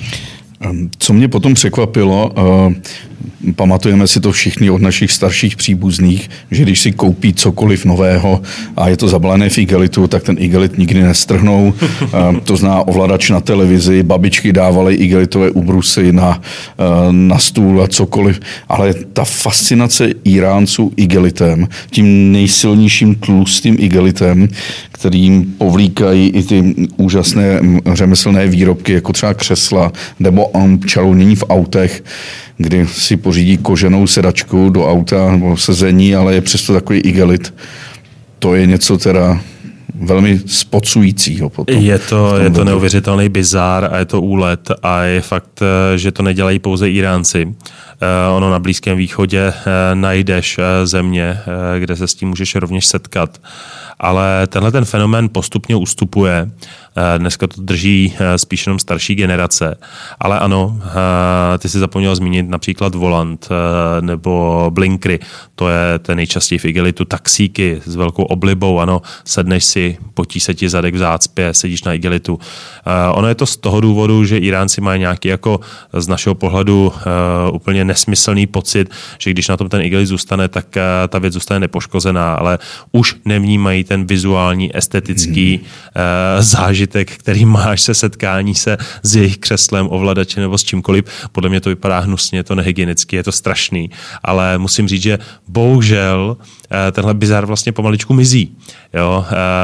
Co mě potom překvapilo, pamatujeme si to všichni od našich starších příbuzných, že když si koupí cokoliv nového a je to zabalené v igelitu, tak ten igelit nikdy nestrhnou. To zná ovladač na televizi, babičky dávaly igelitové ubrusy na, na stůl a cokoliv. Ale ta fascinace Iránců igelitem, tím nejsilnějším tlustým igelitem, kterým povlíkají i ty úžasné řemeslné výrobky, jako třeba křesla nebo čalounění v autech, kdy si pořídí koženou sedačku do auta nebo sezení, ale je přesto takový igelit. To je něco teda velmi spocujícího potom. Je to, je to neuvěřitelný bizár a je to úlet a je fakt, že to nedělají pouze Iránci. Ono na Blízkém východě najdeš země, kde se s tím můžeš rovněž setkat. Ale tenhle ten fenomén postupně ustupuje. Dneska to drží spíš jenom starší generace. Ale ano, ty si zapomněl zmínit například volant nebo blinkry. To je ten nejčastěji v igelitu. Taxíky s velkou oblibou. Ano, sedneš si, potí se ti zadek v zácpě, sedíš na igelitu. Ono je to z toho důvodu, že Iránci mají nějaký jako z našeho pohledu úplně nesmyslný pocit, že když na tom ten igelit zůstane, tak ta věc zůstane nepoškozená, ale už nevnímají ten vizuální, estetický hmm. zážitek, který máš se setkání se s jejich křeslem, ovladačem nebo s čímkoliv. Podle mě to vypadá hnusně, je to nehygienicky, je to strašný, ale musím říct, že bohužel tenhle bizar vlastně pomaličku mizí. Jo?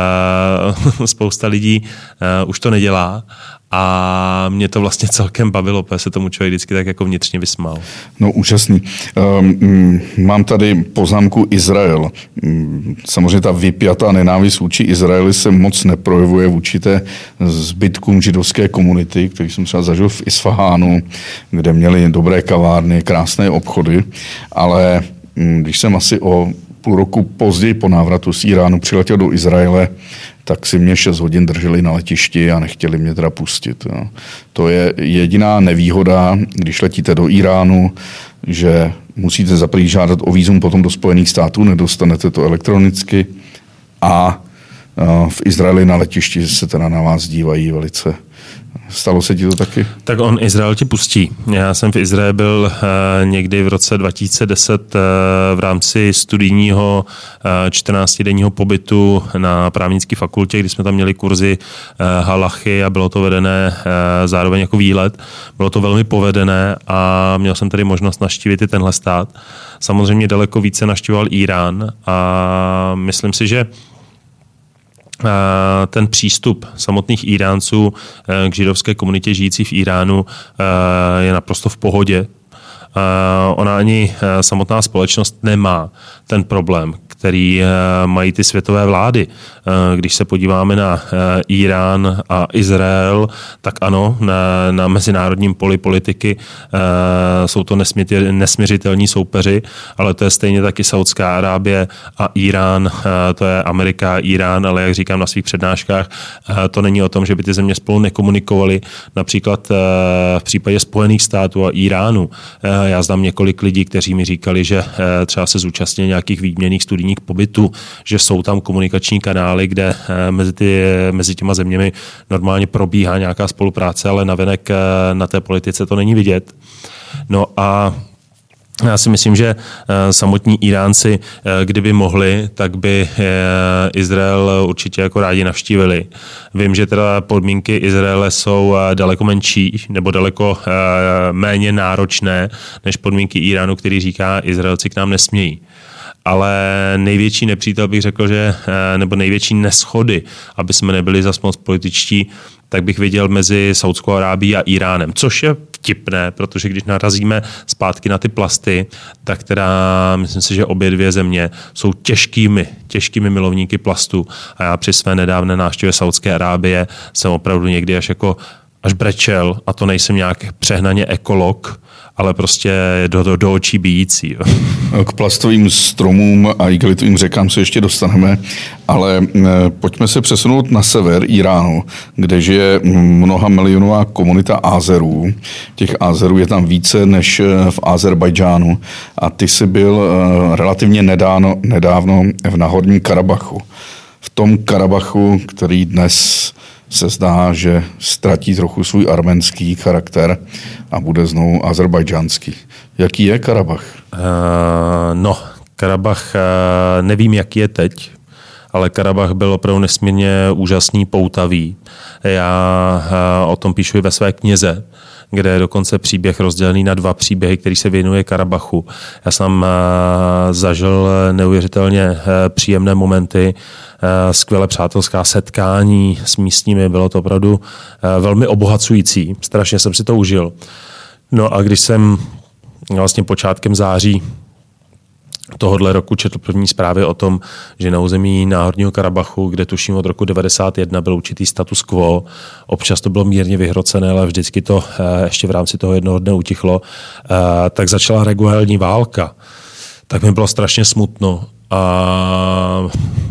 Spousta lidí už to nedělá a mě to vlastně celkem bavilo, protože se tomu člověk vždycky tak jako vnitřně vysmál. No úžasný. Um, mám tady poznámku Izrael. Um, samozřejmě ta vypjatá nenávist vůči Izraeli se moc neprojevuje vůči té zbytkům židovské komunity, který jsem třeba zažil v Isfahánu, kde měli dobré kavárny, krásné obchody, ale um, když jsem asi o půl roku později po návratu z Iránu přiletěl do Izraele, tak si mě šest hodin drželi na letišti a nechtěli mě teda pustit. Jo. To je jediná nevýhoda, když letíte do Iránu, že musíte zaprvé žádat o vízum potom do Spojených států, nedostanete to elektronicky a v Izraeli na letišti se teda na vás dívají velice. Stalo se ti to taky? Tak on Izrael ti pustí. Já jsem v Izraeli byl uh, někdy v roce dva tisíce deset uh, v rámci studijního uh, čtrnáctidenního pobytu na právnické fakultě, kdy jsme tam měli kurzy uh, halachy a bylo to vedené uh, zároveň jako výlet. Bylo to velmi povedené a měl jsem tedy možnost navštívit i tenhle stát. Samozřejmě daleko více navštíval Irán a myslím si, že ten přístup samotných Iránců k židovské komunitě žijící v Iránu je naprosto v pohodě. Ona ani samotná společnost nemá ten problém, který mají ty světové vlády. Když se podíváme na Irán a Izrael, tak ano, na, na mezinárodním poli politiky jsou to nesměřitelní soupeři, ale to je stejně taky Saudská Arábie a Irán, to je Amerika, Irán, ale jak říkám na svých přednáškách, to není o tom, že by ty země spolu nekomunikovaly. Například v případě Spojených států a Iránu. Já znám několik lidí, kteří mi říkali, že třeba se zúčastnili nějakých výměnných studijních pobytů, že jsou tam komunikační kanály, kde mezi, ty, mezi těma zeměmi normálně probíhá nějaká spolupráce, ale navenek na té politice to není vidět. No a já si myslím, že samotní Iránci, kdyby mohli, tak by Izrael určitě jako rádi navštívili. Vím, že teda podmínky Izraele jsou daleko menší nebo daleko méně náročné než podmínky Iránu, který říká, Izraelci k nám nesmějí. Ale největší nepřítel bych řekl, že nebo největší neschody, aby jsme nebyli zas moc političtí, tak bych viděl mezi Saudskou Arábií a Iránem, což je vtipné, protože když narazíme zpátky na ty plasty, tak teda myslím si, že obě dvě země jsou těžkými, těžkými milovníky plastu a já při své nedávné návštěvě Saudské Arábie jsem opravdu někdy až jako až brečel, a to nejsem nějak přehnaně ekolog, ale prostě do, do, do očí bijící. Jo. K plastovým stromům a igelitovým řekám se ještě dostaneme, ale pojďme se přesunout na sever Iránu, kde žije mnoha milionová komunita Azerů. Těch Azerů je tam více než v Azerbajdžánu a ty jsi byl relativně nedávno, nedávno v Náhorním Karabachu. V tom Karabachu, který dnes se zdá, že ztratí trochu svůj arménský charakter a bude znovu azerbajdžánský. Jaký je Karabach? Uh, no, Karabach, uh, nevím, jaký je teď, ale Karabach byl opravdu nesmírně úžasný, poutavý. Já uh, o tom píšu i ve své knize, kde je dokonce příběh rozdělený na dva příběhy, který se věnuje Karabachu. Já jsem uh, zažil neuvěřitelně uh, příjemné momenty, uh, skvěle přátelská setkání s místními, bylo to opravdu uh, velmi obohacující, strašně jsem si to užil. No a když jsem vlastně počátkem září tohohle roku četl první zprávy o tom, že na území Náhorního Karabachu, kde tuším od roku devadesát jedna byl určitý status quo, občas to bylo mírně vyhrocené, ale vždycky to ještě v rámci toho jednoho dne utichlo, tak začala regulární válka. Tak mi bylo strašně smutno a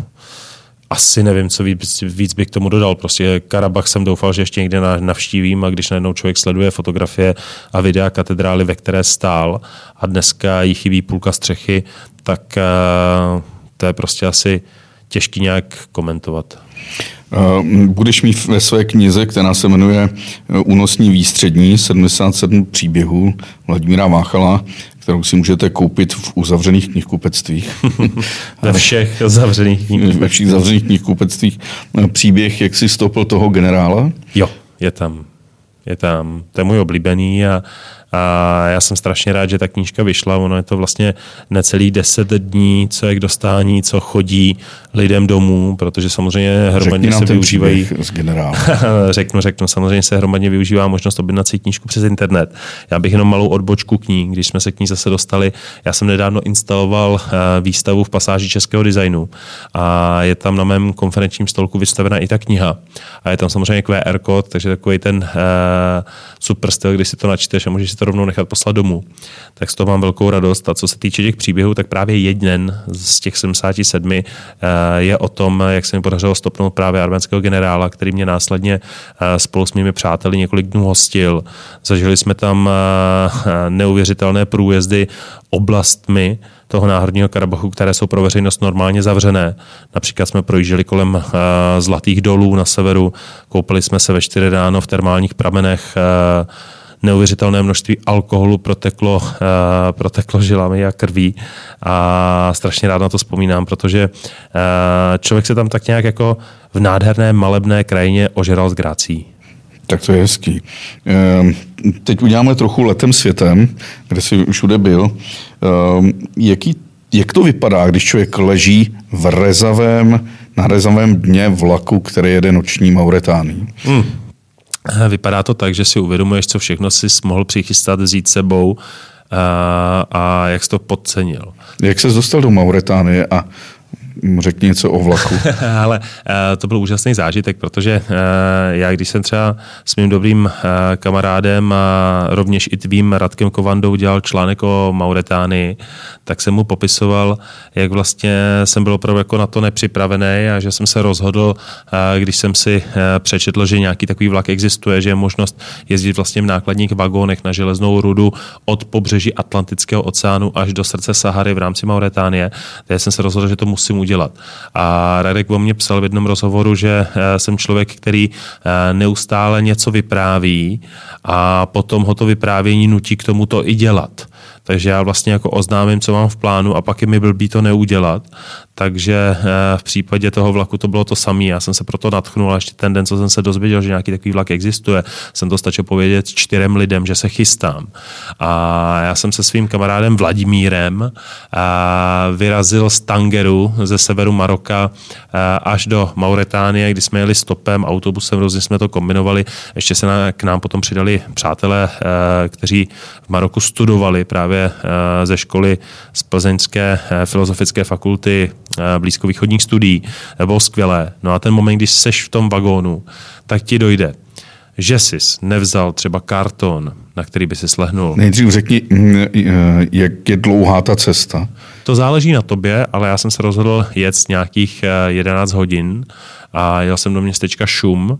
asi nevím, co víc, víc bych k tomu dodal. Prostě Karabach jsem doufal, že ještě někde navštívím, a když najednou člověk sleduje fotografie a videa katedrály, ve které stál, a dneska jí chybí půlka střechy, tak uh, to je prostě asi těžký nějak komentovat. Budeš mít ve své knize, která se jmenuje Únosní výstřední, sedmdesát sedm příběhů Vladimíra Váchala, kterou si můžete koupit v uzavřených knihkupectvích. Ve všech zavřených knihkupectvích. Ve všech zavřených knihkupectvích. Příběh, jak si stopil toho generála? Jo, je tam. Je tam. To je můj oblíbený a, a já jsem strašně rád, že ta knížka vyšla. Ono je to vlastně necelých deset dní, co je k dostání, co chodí lidem domů, protože samozřejmě hromadně se využívají. Z generála. řeknu, řeknu. Samozřejmě se hromadně využívá možnost objednat si knížku přes internet. Já bych jenom malou odbočku k ní, když jsme se k ní zase dostali. Já jsem nedávno instaloval výstavu v pasáži českého designu a je tam na mém konferenčním stolku vystavena i ta kniha. A je tam samozřejmě Q R kód, takže takový ten uh, super styl, když si to načteš a můžeš si to rovnou nechat poslat domů. Tak z toho mám velkou radost. A co se týče těch příběhů, tak právě jeden z těch sedmdesát sedm uh, je o tom, jak se mi podařilo stopnout právě arménského generála, který mě následně uh, spolu s mými přáteli několik dnů hostil. Zažili jsme tam uh, neuvěřitelné průjezdy oblastmi toho Náhorního Karabachu, které jsou pro veřejnost normálně zavřené. Například jsme projížděli kolem uh, Zlatých dolů na severu, koupali jsme se ve čtyři ráno v termálních pramenech, uh, neuvěřitelné množství alkoholu proteklo, uh, proteklo žilami a krví a strašně rád na to vzpomínám, protože uh, člověk se tam tak nějak jako v nádherné malebné krajině ožeral s grácí. Tak to je hezký. Teď uděláme trochu letem světem, kde jsi všude byl. Jaký, jak to vypadá, když člověk leží v rezavém, na rezavém dně vlaku, který jede noční Mauretánií? Hmm. Vypadá to tak, že si uvědomuješ, co všechno jsi mohl přichystat, vzít sebou a, a jak jsi to podcenil. Jak ses dostal do Mauretánie a řekni něco o vlaku. Ale uh, to byl úžasný zážitek, protože uh, já, když jsem třeba s mým dobrým uh, kamarádem a rovněž i tvým Radkem Kovandou dělal článek o Mauretánii, tak jsem mu popisoval, jak vlastně jsem byl opravdu jako na to nepřipravený a že jsem se rozhodl, uh, když jsem si uh, přečetl, že nějaký takový vlak existuje, že je možnost jezdit vlastně v nákladních vagónech na železnou rudu od pobřeží Atlantického oceánu až do srdce Sahary v rámci Mauretánie. Tak jsem se rozhodl, že to musím udělat. A Radek o mě psal v jednom rozhovoru, že jsem člověk, který neustále něco vypráví a potom ho to vyprávění nutí k tomu to i dělat. Takže já vlastně jako oznámím, co mám v plánu a pak je mi blbý to neudělat. Takže v případě toho vlaku to bylo to samé. Já jsem se proto nadchnul a ještě ten den, co jsem se dozvěděl, že nějaký takový vlak existuje, jsem to stačil povědět čtyřem lidem, že se chystám. A já jsem se svým kamarádem Vladimírem vyrazil z Tangeru ze severu Maroka až do Mauretánie, kdy jsme jeli stopem, autobusem, různě jsme to kombinovali. Ještě se na, k nám potom přidali přátelé, kteří v Maroku studovali právě ze školy z Plzeňské filozofické fakulty blízkovýchodních studií. Bylo skvělé. No a ten moment, když seš v tom vagónu, tak ti dojde, že jsi nevzal třeba karton, na který by si slehnul. Nejdřív řekni, jak je dlouhá ta cesta. To záleží na tobě, ale já jsem se rozhodl jet nějakých jedenáct hodin a jel jsem do městečka Šum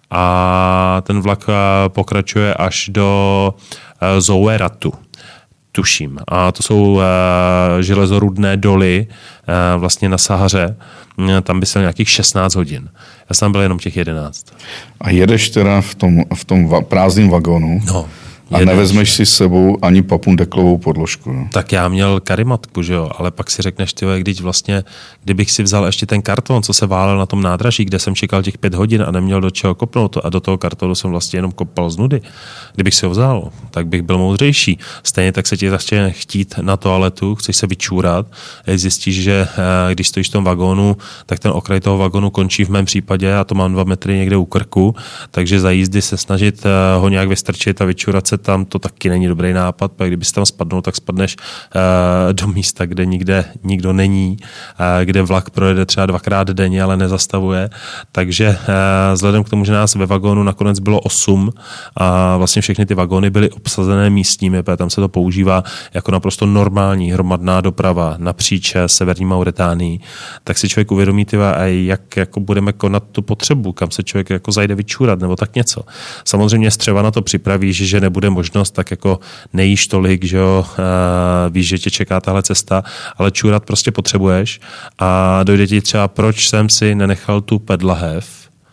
a ten vlak pokračuje až do Zoueratu. Tuším. A to jsou uh, železorudné doly uh, vlastně na Sahaře. Tam by se nějakých šestnáct hodin. Já jsem tam byl jenom těch jedenáct. A jedeš teda v tom, v tom va- prázdném vagónu? No. A jedeš. Nevezmeš si s sebou ani papundeklovou podložku. No. Tak já měl karimatku, že jo, ale pak si řekneš, tyhle, když vlastně, kdybych si vzal ještě ten karton, co se válel na tom nádraží, kde jsem čekal těch pět hodin a neměl do čeho kopnout a do toho kartonu jsem vlastně jenom kopal z nudy. Kdybych si ho vzal, tak bych byl moudřejší. Stejně tak se ti začne chtít na toaletu, chceš se vyčůrat, zjistíš, že když stojíš v tom vagónu, tak ten okraj toho vagónu končí v mém případě a to mám dva metry někde u krku, takže za jízdy se snažit ho nějak vystrčit a vyčůrat se tam, to taky není dobrý nápad, protože kdybys tam spadnul, tak spadneš uh, do místa, kde nikde nikdo není, uh, kde vlak projede třeba dvakrát denně, ale nezastavuje. Takže uh, vzhledem k tomu, že nás ve vagónu nakonec bylo osm a vlastně všechny ty vagóny byly obsazené místními, protože tam se to používá jako naprosto normální hromadná doprava napříč severní Mauritánií, tak si člověk uvědomí, tyva, jak jako budeme konat tu potřebu, kam se člověk jako zajde vyčůrat nebo tak něco. Samozřejmě střeva na to připravíš, že nebude možnost, tak jako nejíš tolik, že jo, víš, že tě čeká tahle cesta, ale čůrat prostě potřebuješ a dojde ti třeba, proč jsem si nenechal tu pedlahev,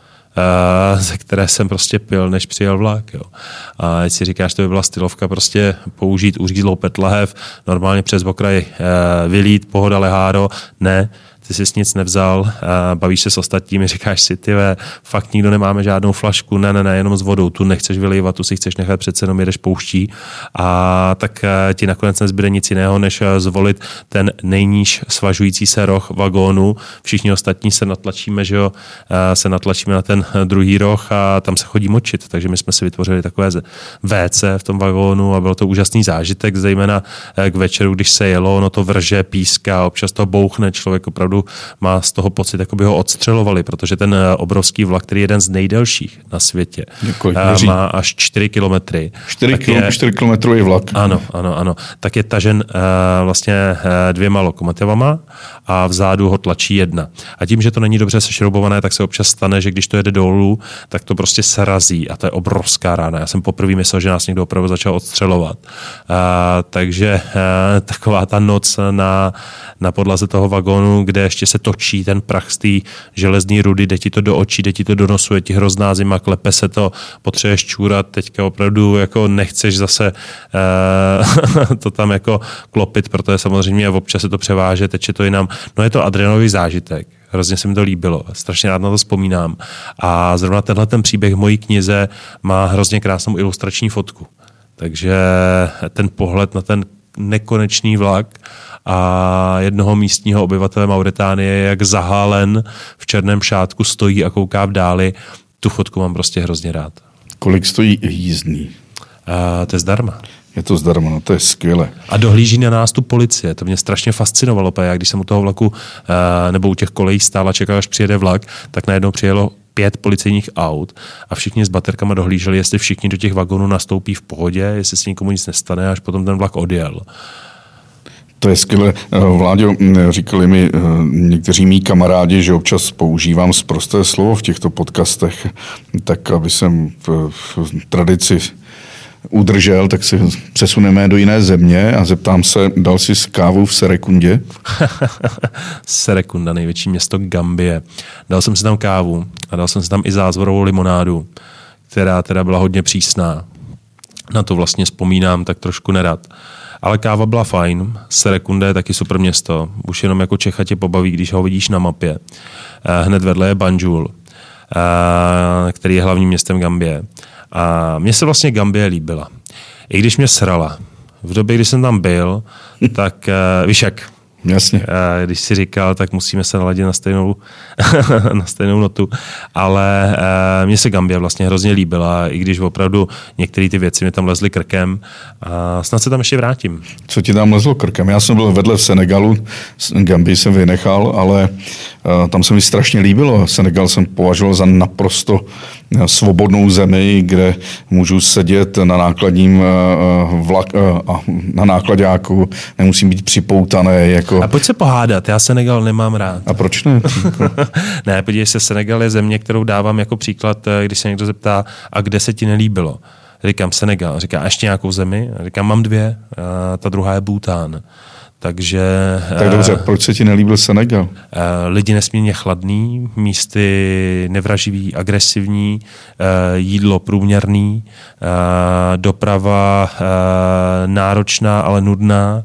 ze které jsem prostě pil, než přijel vlak. Jo. A když si říkáš, to by byla stylovka, prostě použít uřízlou pedlahev, normálně přes okraj vylít, pohoda leháro, ne, ty jsi nic nevzal, bavíš se s ostatními, říkáš si, tyve, fakt nikdo nemáme žádnou flašku, ne, ne, ne, jenom s vodou, tu nechceš vylejvat, tu si chceš nechat, přece jenom jedeš pouští a tak ti nakonec nezbyde nic jiného, než zvolit ten nejníž svažující se roh vagónu. Všichni ostatní se natlačíme, že jo, se natlačíme na ten druhý roh a tam se chodí močit, takže my jsme si vytvořili takové vé cé v tom vagónu a byl to úžasný zážitek, zejména k večeru, když se jelo, no to vrže, píská, občas to bouchne, člověk opravdu má z toho pocit, jako by ho odstřelovali, protože ten obrovský vlak, který je jeden z nejdelších na světě, má až čtyři kilometry. čtyři kilometrový vlak. Ano, ano, ano. Tak je tažen uh, vlastně uh, dvěma lokomotivama a vzadu ho tlačí jedna. A tím, že to není dobře sešroubované, tak se občas stane, že když to jede dolů, tak to prostě srazí a to je obrovská rána. Já jsem poprvé myslel, že nás někdo opravdu začal odstřelovat. Uh, takže uh, taková ta noc na, na podlaze toho vagónu, kde ještě se točí ten prach z té železné rudy, jde ti to do očí, jde ti to do nosu, je ti hrozná zima, klepe se to, potřebuješ čůrat, teďka opravdu jako nechceš zase uh, to tam jako klopit, protože samozřejmě občas se to převáže, teče to jinam. No je to adrenalinový zážitek. Hrozně se mi to líbilo, strašně rád na to vzpomínám. A zrovna tenhle ten příběh v mojí knize má hrozně krásnou ilustrační fotku. Takže ten pohled na ten nekonečný vlak a jednoho místního obyvatele Mauritánie, jak zahálen v černém šátku stojí a kouká v dáli, tu fotku mám prostě hrozně rád. Kolik stojí jízdný? A to je zdarma. Je to zdarma, no to je skvěle. A dohlíží na nás tu policie, to mě strašně fascinovalo, protože já když jsem u toho vlaku nebo u těch kolejí stál a čekal, až přijede vlak, tak najednou přijelo pět policejních aut a všichni s baterkama dohlíželi, jestli všichni do těch vagonů nastoupí v pohodě, jestli se nikomu nic nestane, až potom ten vlak odjel. To je skvělé. Vláďo, říkali mi někteří mý kamarádi, že občas používám sprosté slovo v těchto podcastech, tak aby jsem v, v tradici udržel, tak si přesuneme do jiné země a zeptám se, dal jsi kávu v Serekundě? Serekunda, největší město Gambie. Dal jsem si tam kávu a dal jsem si tam i zázvorovou limonádu, která teda byla hodně přísná. Na to vlastně vzpomínám tak trošku nerad. Ale káva byla fajn, Serekunda je taky super město, už jenom jako Čecha tě pobaví, když ho vidíš na mapě. Hned vedle je Banjul, který je hlavním městem Gambie. A mně se vlastně Gambie líbila. I když mě srala. V době, kdy jsem tam byl, tak víš jak, jasně. Když si říkal, tak musíme se naladit na stejnou, na stejnou notu. Ale uh, mně se Gambia vlastně hrozně líbila, i když opravdu některé ty věci mi tam lezly krkem. A snad se tam ještě vrátím. Co ti tam lezlo krkem? Já jsem byl vedle v Senegalu, Gambii jsem vynechal, ale uh, tam se mi strašně líbilo. Senegal jsem považoval za naprosto svobodnou zemi, kde můžu sedět na nákladním vlak, na nákladáku, nemusím být připoutaný. Jako... A pojď se pohádat, já Senegal nemám rád. A proč ne? Ne, podívej se, Senegal je země, kterou dávám jako příklad, když se někdo zeptá, a kde se ti nelíbilo. Říkám Senegal, říká a ještě nějakou zemi? Říkám, mám dvě, a ta druhá je Bhútán. Takže... Tak dobře, proč se ti nelíbil Senegal? Lidi nesmírně chladný, místy nevraživý, agresivní, jídlo průměrný, doprava náročná, ale nudná.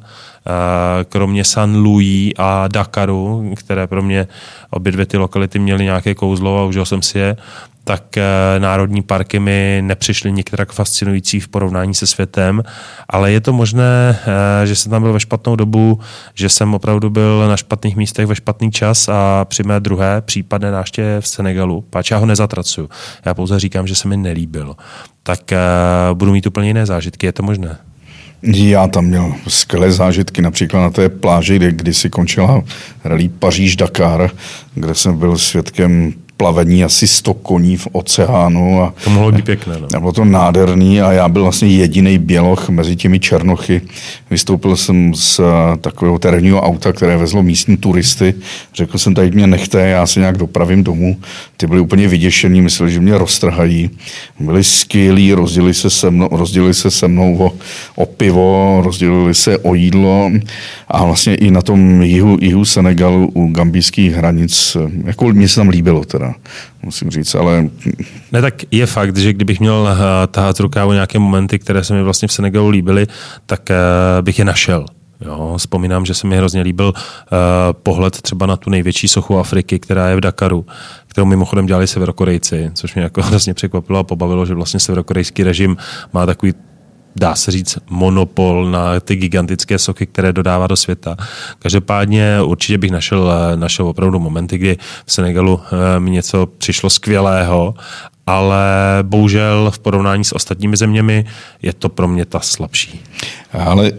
Kromě San Louis a Dakaru, které pro mě obě dvě ty lokality měly nějaké kouzlo a užil jsem si je, tak národní parky mi nepřišly některak fascinující v porovnání se světem, ale je to možné, že jsem tam byl ve špatnou dobu, že jsem opravdu byl na špatných místech ve špatný čas a při mé druhé případné návštěvě v Senegalu, páč já ho nezatracuju, já pouze říkám, že se mi nelíbil, tak budu mít úplně jiné zážitky, je to možné? Já tam měl skvělé zážitky, například na té pláži, kde kdysi končila rally Paříž-Dakar, kde jsem byl svědkem plavení asi sto koní v oceánu. A, to mohlo být pěkné. No. A bylo to nádherný a já byl vlastně jediný běloch mezi těmi černochy. Vystoupil jsem z takového terénního auta, které vezlo místní turisty. Řekl jsem, tady mě nechte, já se nějak dopravím domů. Ty byli úplně vyděšení, mysleli, že mě roztrhají. Byli skvělí, rozdělili se se mnou, rozdělili se se mnou o, o pivo, rozdělili se o jídlo a vlastně i na tom jihu, jihu Senegalu u gambijských hranic, jako mě se tam líbilo teda. Musím říct, ale... Ne, tak je fakt, že kdybych měl tahat z rukávu nějaké momenty, které se mi vlastně v Senegalu líbily, tak bych je našel. Jo, vzpomínám, že se mi hrozně líbil uh, pohled třeba na tu největší sochu Afriky, která je v Dakaru, kterou mimochodem dělali Severokorejci, což mě jako hrozně překvapilo a pobavilo, že vlastně severokorejský režim má takový, dá se říct, monopol na ty gigantické soky, které dodává do světa. Každopádně určitě bych našel, našel opravdu momenty, kdy v Senegalu mi něco přišlo skvělého, ale bohužel v porovnání s ostatními zeměmi je to pro mě ta slabší. Ale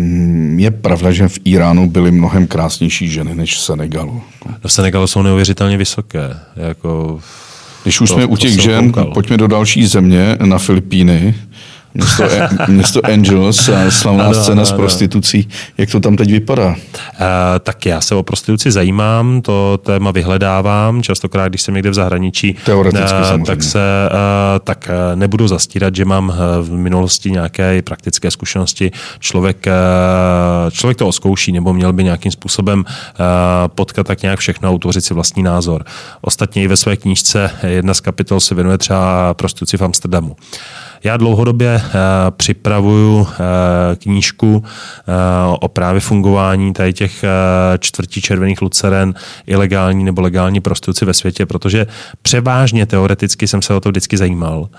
je pravda, že v Iránu byly mnohem krásnější ženy než v Senegalu. No v Senegalu jsou neuvěřitelně vysoké. Jako Když už to, jsme u těch žen, koukal. Pojďme do další země, na Filipíny. Město, město Angels, slavná ano, scéna ano, s prostitucí. Ano. Jak to tam teď vypadá? Uh, tak já se o prostituci zajímám, to téma vyhledávám. Častokrát, když jsem někde v zahraničí, teoreticky uh, tak se uh, tak uh, nebudu zastírat, že mám uh, v minulosti nějaké praktické zkušenosti. Člověk, uh, člověk to oskouší, nebo měl by nějakým způsobem uh, potkat tak nějak všechno a utvořit si vlastní názor. Ostatně i ve své knížce jedna z kapitol se věnuje třeba prostituci v Amsterdamu. Já dlouhodobě uh, připravuju uh, knížku uh, o právě fungování tady těch uh, čtvrtí červených luceren, ilegální nebo legální prostituci ve světě, protože převážně teoreticky jsem se o to vždycky zajímal.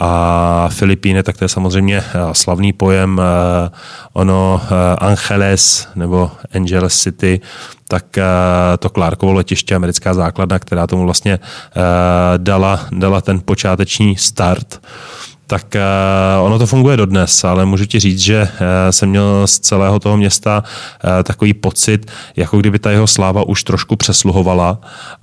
A Filipíny, tak to je samozřejmě uh, slavný pojem, uh, ono uh, Angeles nebo Angeles City, tak uh, to Clarkovo letiště, americká základna, která tomu vlastně uh, dala, dala ten počáteční start, tak uh, ono to funguje dodnes, ale můžu ti říct, že uh, jsem měl z celého toho města uh, takový pocit, jako kdyby ta jeho sláva už trošku přesluhovala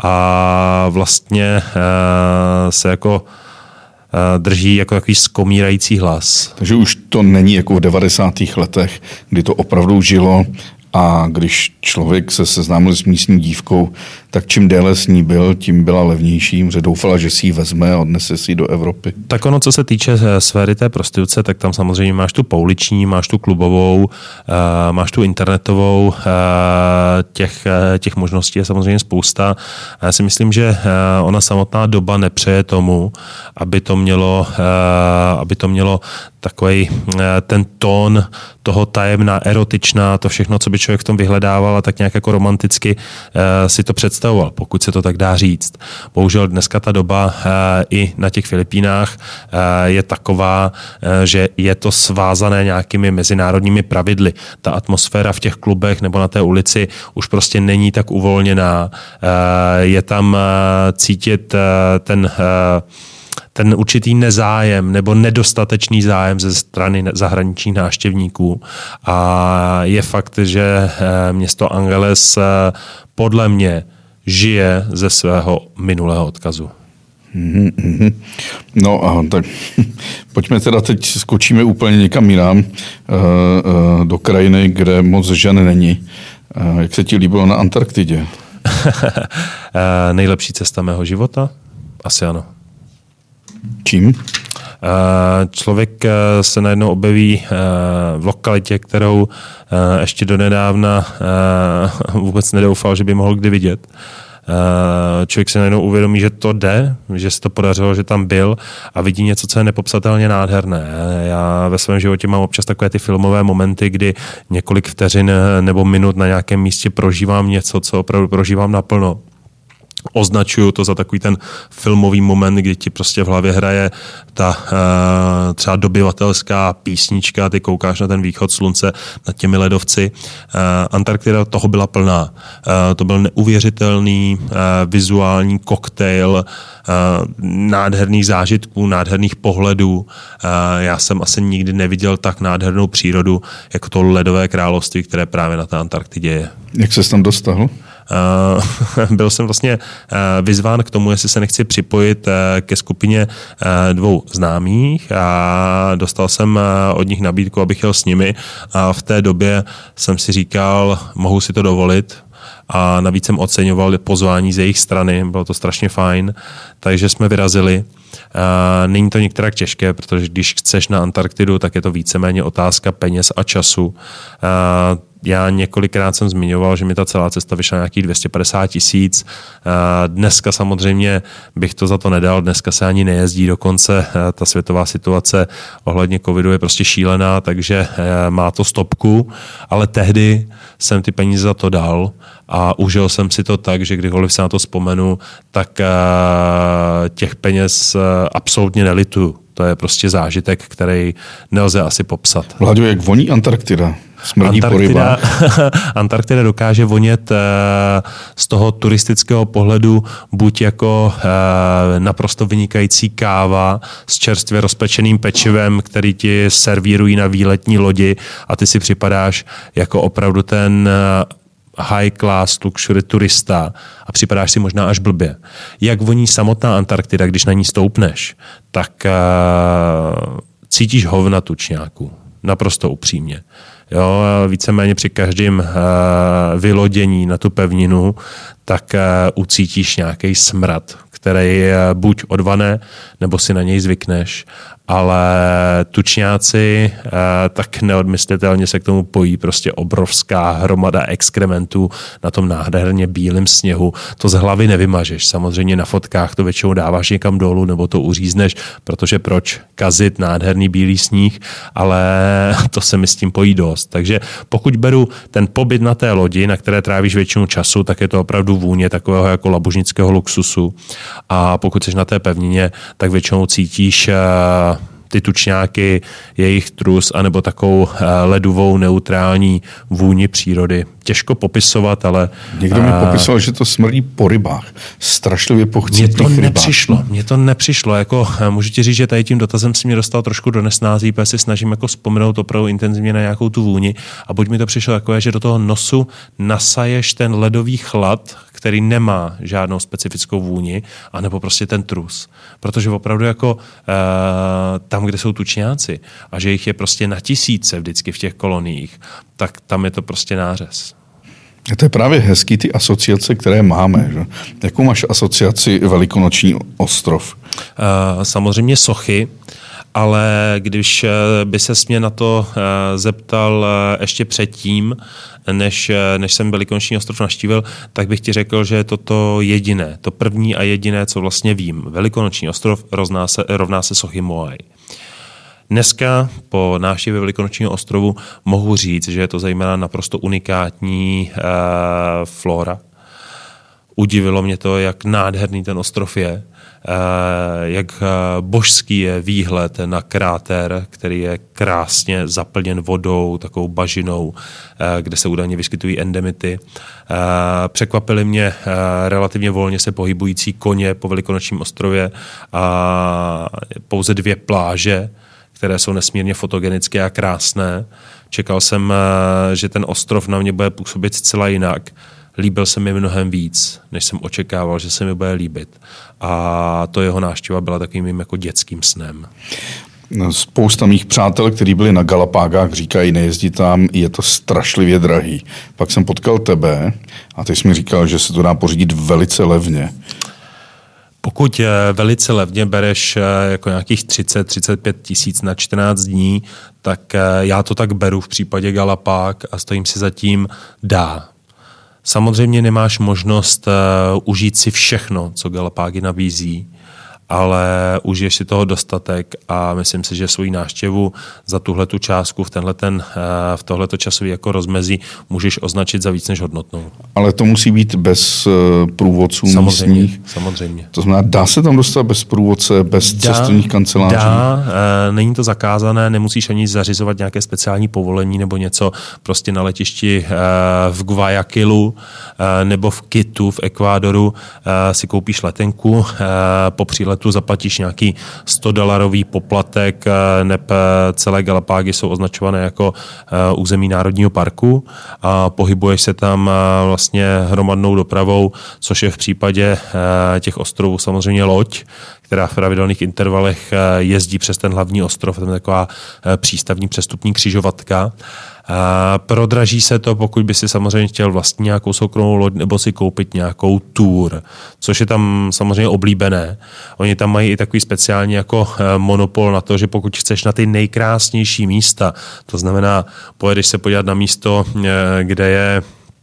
a vlastně uh, se jako uh, drží jako takový skomírající hlas. Takže už to není jako v devadesátých letech, kdy to opravdu žilo a když člověk se seznámil s místní dívkou, tak čím déle s ní byl, tím byla levnější, protože doufala, že si ji vezme a odnese si ji do Evropy. Tak ono, co se týče sféry té prostituce, tak tam samozřejmě máš tu pouliční, máš tu klubovou, uh, máš tu internetovou, uh, těch, uh, těch možností je samozřejmě spousta. A já si myslím, že uh, ona samotná doba nepřeje tomu, aby to mělo, uh, aby to mělo takový uh, ten tón toho tajemná, erotičná, to všechno, co by člověk v tom vyhledával a tak nějak jako romanticky uh, si to představoval, pokud se to tak dá říct. Bohužel dneska ta doba uh, i na těch Filipínách uh, je taková, uh, že je to svázané nějakými mezinárodními pravidly. Ta atmosféra v těch klubech nebo na té ulici už prostě není tak uvolněná. Uh, je tam uh, cítit uh, ten uh, ten určitý nezájem nebo nedostatečný zájem ze strany zahraničních návštěvníků. A je fakt, že město Angeles podle mě žije ze svého minulého odkazu. Mm-hmm. No a tak pojďme teda teď, skočíme úplně někam jinam, do krajiny, kde moc žen není. Jak se ti líbilo na Antarktidě? Nejlepší cesta mého života? Asi ano. Čím? Člověk se najednou objeví v lokalitě, kterou ještě donedávna vůbec nedoufal, že by mohl kdy vidět. Člověk se najednou uvědomí, že to jde, že se to podařilo, že tam byl a vidí něco, co je nepopsatelně nádherné. Já ve svém životě mám občas takové ty filmové momenty, kdy několik vteřin nebo minut na nějakém místě prožívám něco, co opravdu prožívám naplno. Označuju to za takový ten filmový moment, kdy ti prostě v hlavě hraje ta uh, třeba dobyvatelská písnička, ty koukáš na ten východ slunce nad těmi ledovci. Uh, Antarktida toho byla plná. Uh, to byl neuvěřitelný uh, vizuální koktejl uh, nádherných zážitků, nádherných pohledů. Uh, já jsem asi nikdy neviděl tak nádhernou přírodu, jako to ledové království, které právě na té Antarktidě je. Jak ses tam dostal? Uh, byl jsem vlastně uh, vyzván k tomu, jestli se nechci připojit uh, ke skupině uh, dvou známých a dostal jsem uh, od nich nabídku, abych jel s nimi a v té době jsem si říkal, mohu si to dovolit a navíc jsem oceňoval pozvání z jejich strany, bylo to strašně fajn, takže jsme vyrazili. Uh, není to některak těžké, protože když chceš na Antarktidu, tak je to víceméně otázka peněz a času. Uh, Já několikrát jsem zmiňoval, že mi ta celá cesta vyšla nějakých dvě stě padesát tisíc. Dneska samozřejmě bych to za to nedal, dneska se ani nejezdí, dokonce ta světová situace ohledně covidu je prostě šílená, takže má to stopku, ale tehdy jsem ty peníze za to dal a užil jsem si to tak, že kdykoliv se na to vzpomenu, tak těch peněz absolutně nelituju. To je prostě zážitek, který nelze asi popsat. Vláďo, jak voní Antarktida? Smrdí po rybách? Antarktida dokáže vonět z toho turistického pohledu buď jako naprosto vynikající káva s čerstvě rozpečeným pečivem, který ti servírují na výletní lodi a ty si připadáš jako opravdu ten high class luxury turista a připadáš si možná až blbě. Jak voní samotná Antarktida, když na ní stoupneš, tak uh, cítíš hovna tučňáku. Naprosto upřímně. Jo, víceméně při každém uh, vylodění na tu pevninu, tak uh, ucítíš nějaký smrad, který uh, buď odvane, nebo si na něj zvykneš. Ale tučňáci uh, tak neodmyslitelně se k tomu pojí prostě obrovská hromada exkrementů na tom nádherně bílém sněhu. To z hlavy nevymažeš. Samozřejmě na fotkách to většinou dáváš někam dolů nebo to uřízneš, protože proč kazit nádherný bílý sníh, ale to se mi s tím pojí dost. Takže pokud beru ten pobyt na té lodi, na které trávíš většinu času, tak je to opravdu vůně takového jako labužnického luxusu. A pokud jsi na té pevnině, tak většinou cítíš uh, ty tučňáky, jejich trus, anebo takovou uh, ledovou neutrální vůni přírody. Těžko popisovat, ale... Někdo mi popisoval, že to smrdí po rybách. Strašlivě po chcípných rybách. Mně to rybách. nepřišlo. Mně to nepřišlo. Jako, můžu ti říct, že tady tím dotazem si mě dostal trošku do nesnází, protože si snažím jako vzpomenout opravdu intenzivně na nějakou tu vůni. A buď mi to přišlo takové, že do toho nosu nasaješ ten ledový chlad, který nemá žádnou specifickou vůni, anebo prostě ten trus. Protože opravdu jako uh, tam, kde jsou tučňáci a že jich je prostě na tisíce vždycky v těch koloniích, tak tam je to prostě nářez. A to je právě hezký ty asociace, které máme. Že? Jakou máš asociaci Velikonoční ostrov? Uh, samozřejmě sochy, ale když by ses mě na to uh, zeptal uh, ještě předtím, než, než jsem Velikonoční ostrov navštívil, tak bych ti řekl, že je to to jediné, to první a jediné, co vlastně vím. Velikonoční ostrov rovná se, rovná se sochy Moai. Dneska po návštěvě Velikonočního ostrovu mohu říct, že je to zejména naprosto unikátní uh, flora. Udivilo mě to, jak nádherný ten ostrov je, jak božský je výhled na kráter, který je krásně zaplněn vodou, takovou bažinou, kde se údajně vyskytují endemity. Překvapily mě relativně volně se pohybující koně po Velikonočním ostrově a pouze dvě pláže, které jsou nesmírně fotogenické a krásné. Čekal jsem, že ten ostrov na mě bude působit zcela jinak. líbil se mi mnohem víc, než jsem očekával, že se mi bude líbit. A to jeho návštěva byla takovým mým jako dětským snem. Spousta mých přátel, kteří byli na Galapágách, říkají, nejezdí tam, je to strašlivě drahý. Pak jsem potkal tebe a ty jsi mi říkal, že se to dá pořídit velice levně. Pokud velice levně bereš jako nějakých třicet třicet pět tisíc na čtrnáct dní, tak já to tak beru v případě Galapág a stojím si za tím dá. Samozřejmě nemáš možnost užít si všechno, co Galapágy nabízí, ale užiješ si toho dostatek a myslím si, že svoji návštěvu za tuhletu částku v, tenhle ten, v tohleto časový jako rozmezí můžeš označit za víc než hodnotnou. Ale to musí být bez průvodců samozřejmě, místních? Samozřejmě. To znamená, dá se tam dostat bez průvodce, bez dá, cestovních kanceláří? Dá, není to zakázané, nemusíš ani zařizovat nějaké speciální povolení nebo něco, prostě na letišti v Guayaquilu nebo v Quitu v Ekvádoru si koupíš letenku, po příletu tu zaplatíš nějaký sto dolarový poplatek, neb celé Galapágy jsou označované jako území národního parku a pohybuješ se tam vlastně hromadnou dopravou, což je v případě těch ostrovů samozřejmě loď, která v pravidelných intervalech jezdí přes ten hlavní ostrov, tam je taková přístavní přestupní křižovatka. Prodraží se to, pokud by si samozřejmě chtěl vlastní nějakou soukromou loď nebo si koupit nějakou tour, což je tam samozřejmě oblíbené. Oni tam mají i takový speciální jako monopol na to, že pokud chceš na ty nejkrásnější místa, to znamená, pojedeš se podívat na místo, kde je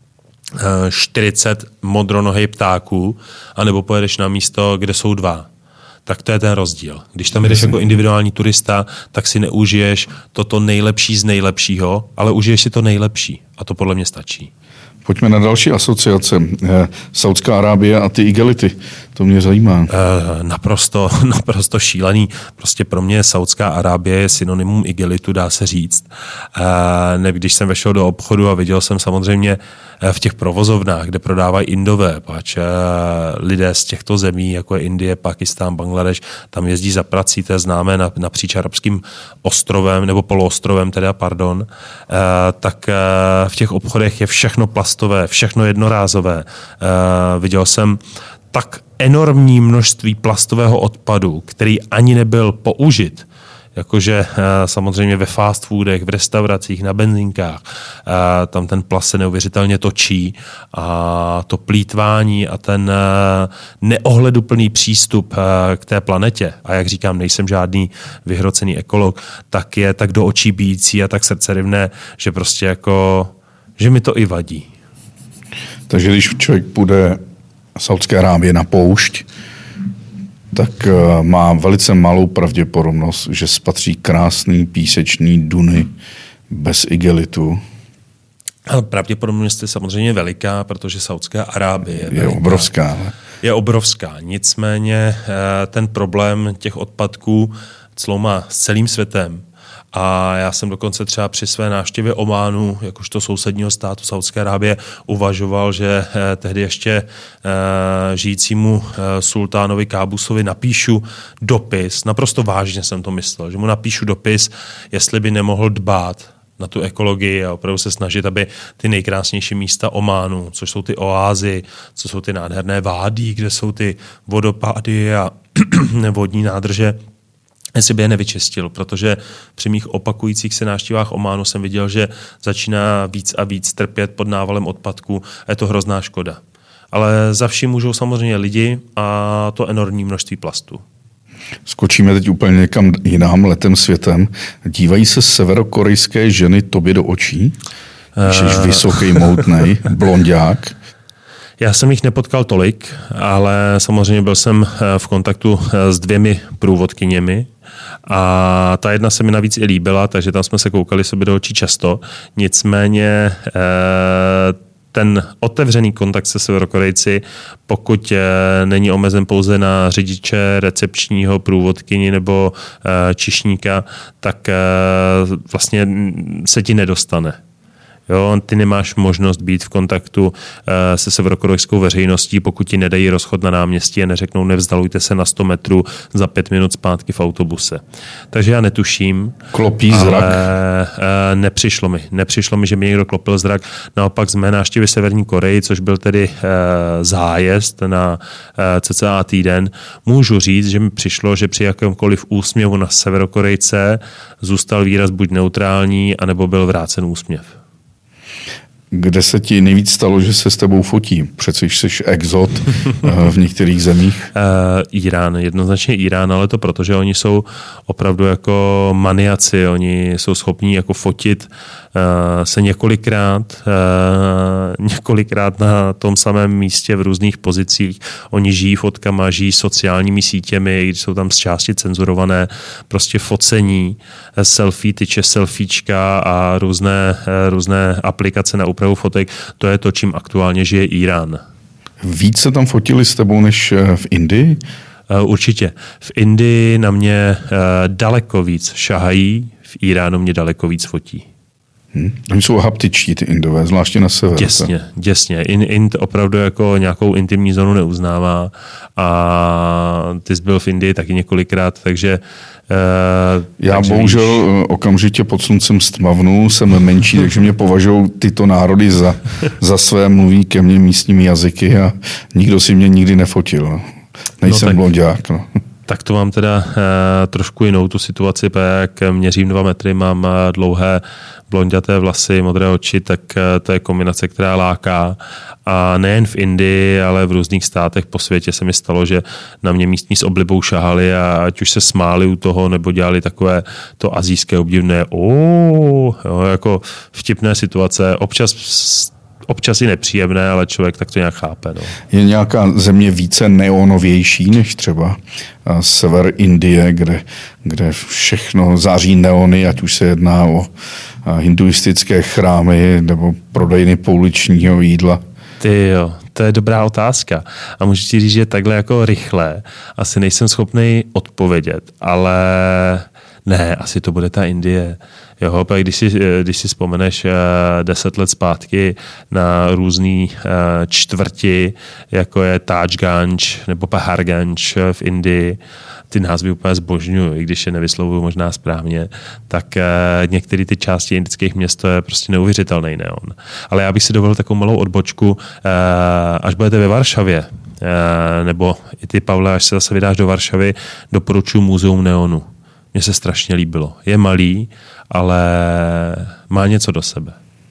čtyřicet modronohej ptáků, anebo pojedeš na místo, kde jsou dva. Tak to je ten rozdíl. Když tam jdeš jako individuální turista, tak si neužiješ toto nejlepší z nejlepšího, ale užiješ si to nejlepší. A to podle mě stačí. Pojďme na další asociace. Saudská Arábie a ty igelity. To mě zajímá. E, naprosto, naprosto šílený. Prostě pro mě Saudská Arábie je synonymum igelitu, dá se říct. E, ne, když jsem vešel do obchodu a viděl jsem samozřejmě v těch provozovnách, kde prodávají Indové, páč lidé z těchto zemí, jako je Indie, Pakistán, Bangladeš, tam jezdí za prací, to je známé napříč arabským ostrovem, nebo poloostrovem teda, pardon, e, tak e, v těch obchodech je všechno plastové, všechno jednorázové. E, viděl jsem tak enormní množství plastového odpadu, který ani nebyl použit, jakože samozřejmě ve fast foodech, v restauracích, na benzínkách, tam ten plast se neuvěřitelně točí a to plýtvání a ten neohleduplný přístup k té planetě, a jak říkám, nejsem žádný vyhrocený ekolog, tak je tak do očí bijící a tak srdcerivné, že prostě jako, že mi to i vadí. Takže když člověk půjde Saudské Arábie na poušť, tak má velice malou pravděpodobnost, že spatří krásný písečný duny bez igelitu. Ale pravděpodobnost je samozřejmě veliká, protože Saudská Arábie je, je obrovská. Je obrovská. Nicméně ten problém těch odpadků cloumá s celým světem. A já jsem dokonce třeba při své návštěvě Ománu, jakožto sousedního státu Saudské Arábie, uvažoval, že eh, tehdy ještě eh, žijícímu eh, sultánovi Kábusovi napíšu dopis, naprosto vážně jsem to myslel, že mu napíšu dopis, jestli by nemohl dbát na tu ekologii a opravdu se snažit, aby ty nejkrásnější místa Ománu, což jsou ty oázy, co jsou ty nádherné vádí, kde jsou ty vodopády a vodní nádrže, jestli by je nevyčistil, protože při mých opakujících se návštěvách Ománu jsem viděl, že začíná víc a víc trpět pod návalem odpadků a je to hrozná škoda. Ale za vším můžou samozřejmě lidi a to enormní množství plastu. Skočíme teď úplně někam jinam letem světem. Dívají se severokorejské ženy tobě do očí? Jsi vysoký, moutnej, blonďák. Já jsem jich nepotkal tolik, ale samozřejmě byl jsem v kontaktu s dvěmi průvodkyněmi a ta jedna se mi navíc i líbila, takže tam jsme se koukali sobě do očí často. Nicméně ten otevřený kontakt se Severokorejci, pokud není omezen pouze na řidiče, recepčního, průvodkyni nebo čišníka, tak vlastně se ti nedostane. Jo, ty nemáš možnost být v kontaktu uh, se severokorejskou veřejností, pokud ti nedají rozchod na náměstí a neřeknou nevzdalujte se na sto metrů za pět minut zpátky v autobuse. Takže já netuším. Klopí ale, zrak? Uh, nepřišlo mi. Nepřišlo mi, že mi někdo klopil zrak. Naopak z mé návštěvy Severní Koreji, což byl tedy uh, zájezd na uh, cca týden, můžu říct, že mi přišlo, že při jakémkoliv úsměvu na Severokorejce zůstal výraz buď neutrální, anebo byl vrácen úsměv. Kde se ti nejvíc stalo, že se s tebou fotí? Přece jsi exot v některých zemích. Uh, Irán, jednoznačně Irán, ale to proto, že oni jsou opravdu jako maniaci, oni jsou schopní jako fotit uh, se několikrát, uh, několikrát na tom samém místě v různých pozicích. Oni žijí fotkama, žijí sociálními sítěmi, když jsou tam z části cenzurované, prostě focení, selfie, tyče, selfiečka a různé, uh, různé aplikace na úpravu fotek. To je to, čím aktuálně žije Irán. Víc se tam fotili s tebou než v Indii? Určitě. V Indii na mě daleko víc šahají, v Iránu mě daleko víc fotí. Hmm. Oni jsou haptičtí, ty Indové, zvláště na severu. Děsně, děsně. In, Ind opravdu jako nějakou intimní zónu neuznává a ty jsi byl v Indii taky několikrát, takže Uh, Já takže bohužel víš, okamžitě pod sluncem stmavnu, jsem menší, takže mě považují tyto národy za, za své, mluví ke mně místními jazyky a nikdo si mě nikdy nefotil. Nejsem no blonďák. No. Tak to mám teda uh, trošku jinou tu situaci, jak měřím dva metry, mám dlouhé blonďaté vlasy, modré oči, tak uh, to je kombinace, která láká. A nejen v Indii, ale v různých státech po světě se mi stalo, že na mě místní s oblibou šahali a ať už se smáli u toho, nebo dělali takové to asijské obdivné oh, jo, jako vtipné situace. Občas Občas i nepříjemné, ale člověk tak to nějak chápe. No. Je nějaká země více neonovější než třeba sever Indie, kde, kde všechno září neony, ať už se jedná o hinduistické chrámy nebo prodejny pouličního jídla? Ty jo, to je dobrá otázka. A můžu ti říct, že takhle jako rychle asi nejsem schopný odpovědět, ale ne, asi to bude ta Indie. Jo, když si, když si vzpomeneš deset let zpátky na různý čtvrti, jako je Taj Ganj nebo Paharganj v Indii, ty názvy úplně zbožňuju, i když je nevyslovuju možná správně, tak některé ty části indických měst to je prostě neuvěřitelný neon. Ale já bych si dovolil takovou malou odbočku, až budete ve Varšavě, nebo i ty, Pavle, až se zase vydáš do Varšavy, doporučuji Muzeum neonu. Mně se strašně líbilo. Je malý, ale má něco do sebe.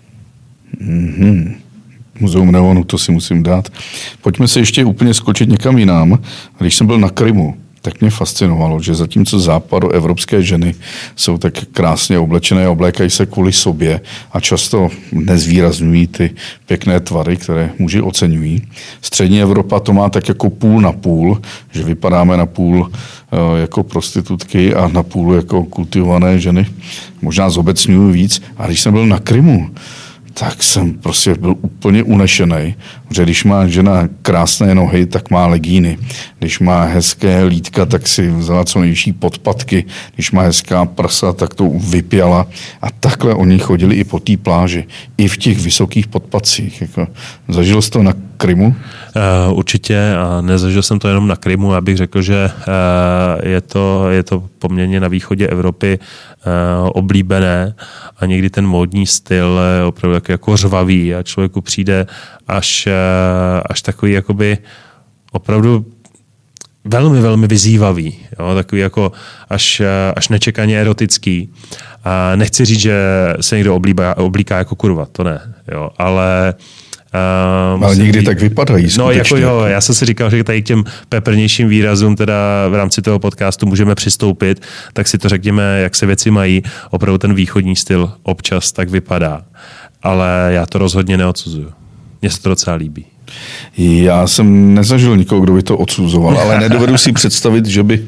Mm-hmm. Muzeum neonu, to si musím dát. Pojďme se ještě úplně skočit někam jinam. Když jsem byl na Krymu, tak mě fascinovalo, že zatímco západoevropské ženy jsou tak krásně oblečené a oblékají se kvůli sobě a často nezvýrazňují ty pěkné tvary, které muži oceňují. Střední Evropa to má tak jako půl na půl, že vypadáme na půl jako prostitutky a na půl jako kultivované ženy. Možná zobecňuju víc. A když jsem byl na Krymu, tak jsem prostě byl úplně unešený, že když má žena krásné nohy, tak má legíny. Když má hezké lítka, tak si vzala co nejvyšší podpatky. Když má hezká prsa, tak to vypěla. A takhle oni chodili i po té pláži. I v těch vysokých podpatcích. Jako, zažil jsi to na Krymu? Uh, určitě a nezažil jsem to jenom na Krymu. Já bych řekl, že uh, je, to, je to poměrně na východě Evropy uh, oblíbené a někdy ten módní styl je opravdu jako řvavý a člověku přijde až, uh, až takový jakoby opravdu velmi, velmi vyzývavý. Jo? Takový jako až, až nečekaně erotický. A nechci říct, že se někdo oblíbá, oblíká jako kurva, to ne. Jo? Ale Uh, Ale někdy být... tak vypadají skutečně. No jako jo, já jsem si říkal, že tady k těm peprnějším výrazům teda v rámci toho podcastu můžeme přistoupit, tak si to řekněme, jak se věci mají. Opravdu ten východní styl občas tak vypadá. Ale já to rozhodně neodsuzuju. Mně se to docela líbí. Já jsem nezažil nikoho, kdo by to odsuzoval, ale nedovedu si představit, že by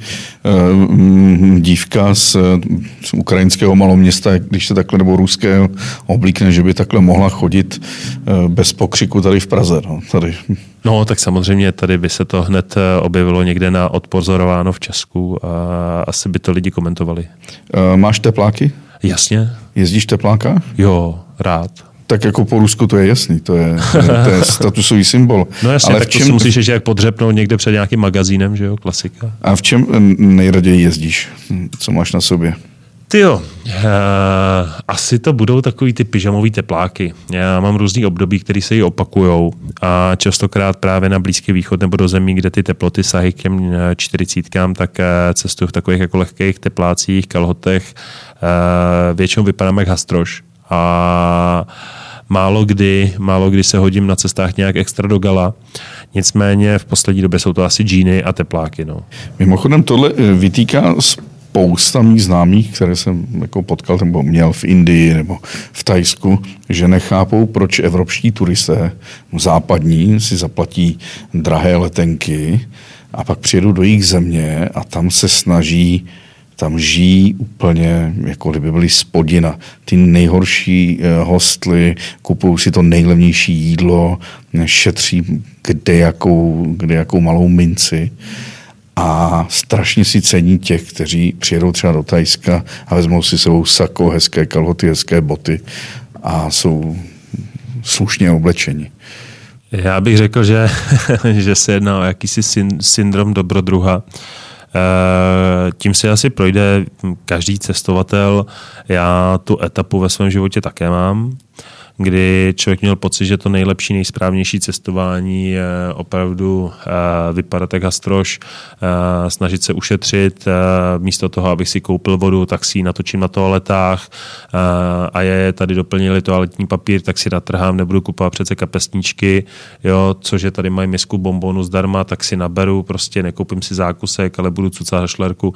uh, dívka z, z ukrajinského maloměsta, když se takhle, nebo ruského oblíkne, že by takhle mohla chodit uh, bez pokřiku tady v Praze. No, tady. No, tak samozřejmě tady by se to hned objevilo někde na Odpozorováno v Česku a asi by to lidi komentovali. Uh, máš tepláky? Jasně. Jezdíš v teplákách? Jo, rád. Tak jako po Rusku to je jasný, to je, to je, to je statusový symbol. No jasně, ale tak v čem, to si musíš ještě jak podřepnout někde před nějakým magazínem, že jo, klasika. A v čem nejraději jezdíš? Co máš na sobě? Tyjo, uh, asi to budou takový ty pyžamový tepláky. Já mám různý období, které se jí opakujou a častokrát právě na Blízký východ nebo do zemí, kde ty teploty sahají k těm čtyřicítkám, tak uh, cestuju v takových jako lehkých teplácích, kalhotech. Uh, většinou vypadám jak hastroš a málo kdy, málo kdy se hodím na cestách nějak extra do gala. Nicméně v poslední době jsou to asi džíny a tepláky. No. Mimochodem tohle vytýká spousta mých známých, které jsem jako potkal nebo měl v Indii nebo v Thajsku, že nechápou, proč evropští turisté západní si zaplatí drahé letenky a pak přijedou do jejich země a tam se snaží, tam žijí úplně, jako kdyby byli spodina. Ty nejhorší hostly, kupují si to nejlevnější jídlo, šetří kdejakou, kdejakou malou minci. A strašně si cení těch, kteří přijedou třeba do Thajska a vezmou si sebou sako, hezké kalhoty, hezké boty a jsou slušně oblečeni. Já bych řekl, že, že se jedná o jakýsi syndrom dobrodruha. Tím se asi projde každý cestovatel. Já tu etapu ve svém životě také mám, kdy člověk měl pocit, že to nejlepší, nejsprávnější cestování je opravdu uh, vypadat jak hastroš, uh, snažit se ušetřit, uh, místo toho, abych si koupil vodu, tak si ji natočím na toaletách uh, a je tady doplnili toaletní papír, tak si natrhám, nebudu kupovat přece kapesníčky, jo, cože tady mají misku bonbonu zdarma, tak si naberu, prostě nekoupím si zákusek, ale budu cucat za šlerku. Uh,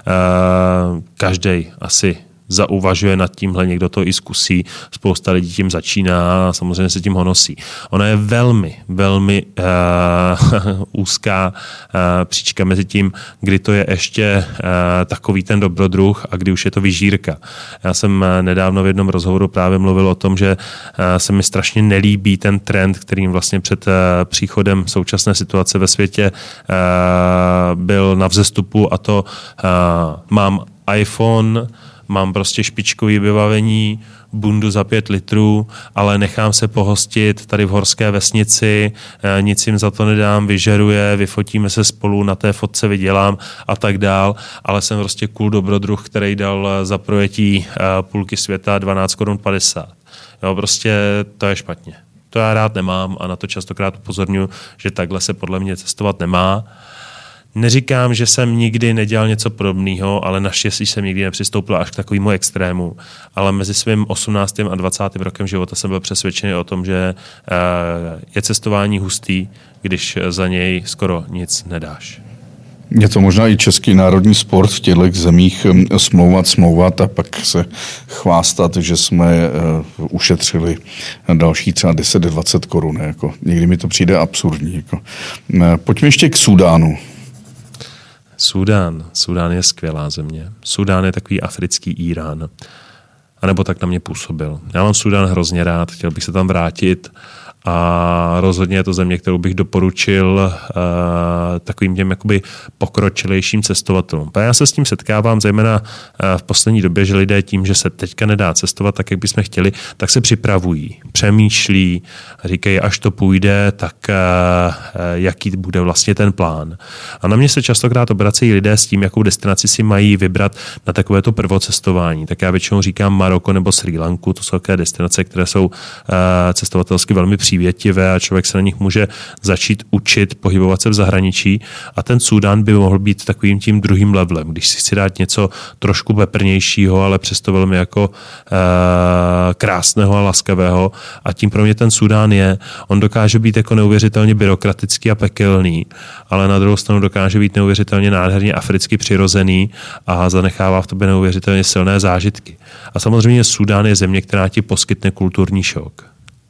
každej asi zauvažuje nad tímhle, někdo to i zkusí, spousta lidí tím začíná a samozřejmě se tím honosí. Ona je velmi, velmi uh, úzká uh, příčka mezi tím, kdy to je ještě uh, takový ten dobrodruh a kdy už je to vyžírka. Já jsem uh, nedávno v jednom rozhovoru právě mluvil o tom, že uh, se mi strašně nelíbí ten trend, kterým vlastně před uh, příchodem současné situace ve světě uh, byl na vzestupu, a to uh, mám iPhone, mám prostě špičkový vybavení, bundu za pět litrů, ale nechám se pohostit tady v horské vesnici, nic jim za to nedám, vyžeruje, vyfotíme se spolu, na té fotce vydělám a tak dál, ale jsem prostě cool dobrodruh, který dal za projetí půlky světa dvanáct korun padesát. Jo, prostě to je špatně. To já rád nemám a na to častokrát upozorňuji, že takhle se podle mě cestovat nemá. Neříkám, že jsem nikdy nedělal něco podobného, ale naštěstí jsem nikdy nepřistoupil až k takovému extrému. Ale mezi svým osmnáctým a dvacátým rokem života jsem byl přesvědčený o tom, že je cestování hustý, když za něj skoro nic nedáš. Je to možná i český národní sport v těchto zemích smlouvat, smlouvat a pak se chvástat, že jsme ušetřili další třeba deset dvacet korun. Jako. Někdy mi to přijde absurdní. Jako. Pojďme ještě k Súdánu. Súdán. Súdán je skvělá země. Súdán je takový africký Irán. A nebo tak na mě působil. Já mám Súdán hrozně rád, chtěl bych se tam vrátit a rozhodně je to země, kterou bych doporučil uh, takovým těm jakoby pokročilejším cestovatelům. Já se s tím setkávám zejména uh, v poslední době, že lidé tím, že se teďka nedá cestovat tak, jak bychom chtěli, tak se připravují, přemýšlí, říkají, až to půjde, tak uh, jaký bude vlastně ten plán. A na mě se častokrát obracejí lidé s tím, jakou destinaci si mají vybrat na takovéto prvocestování. Tak já většinou říkám Maroko nebo Srí Lanku, to jsou takové destinace, které jsou uh, cestovatelsky velmi příjemné, větivé a člověk se na nich může začít učit, pohybovat se v zahraničí a ten Súdán by mohl být takovým tím druhým levelem, když si chci dát něco trošku peprnějšího, ale přesto velmi jako e, krásného a laskavého a tím pro mě ten Súdán je. On dokáže být jako neuvěřitelně byrokratický a pekelný, ale na druhou stranu dokáže být neuvěřitelně nádherně africky přirozený a zanechává v tobě neuvěřitelně silné zážitky. A samozřejmě Súdán je země, která ti poskytne kulturní šok.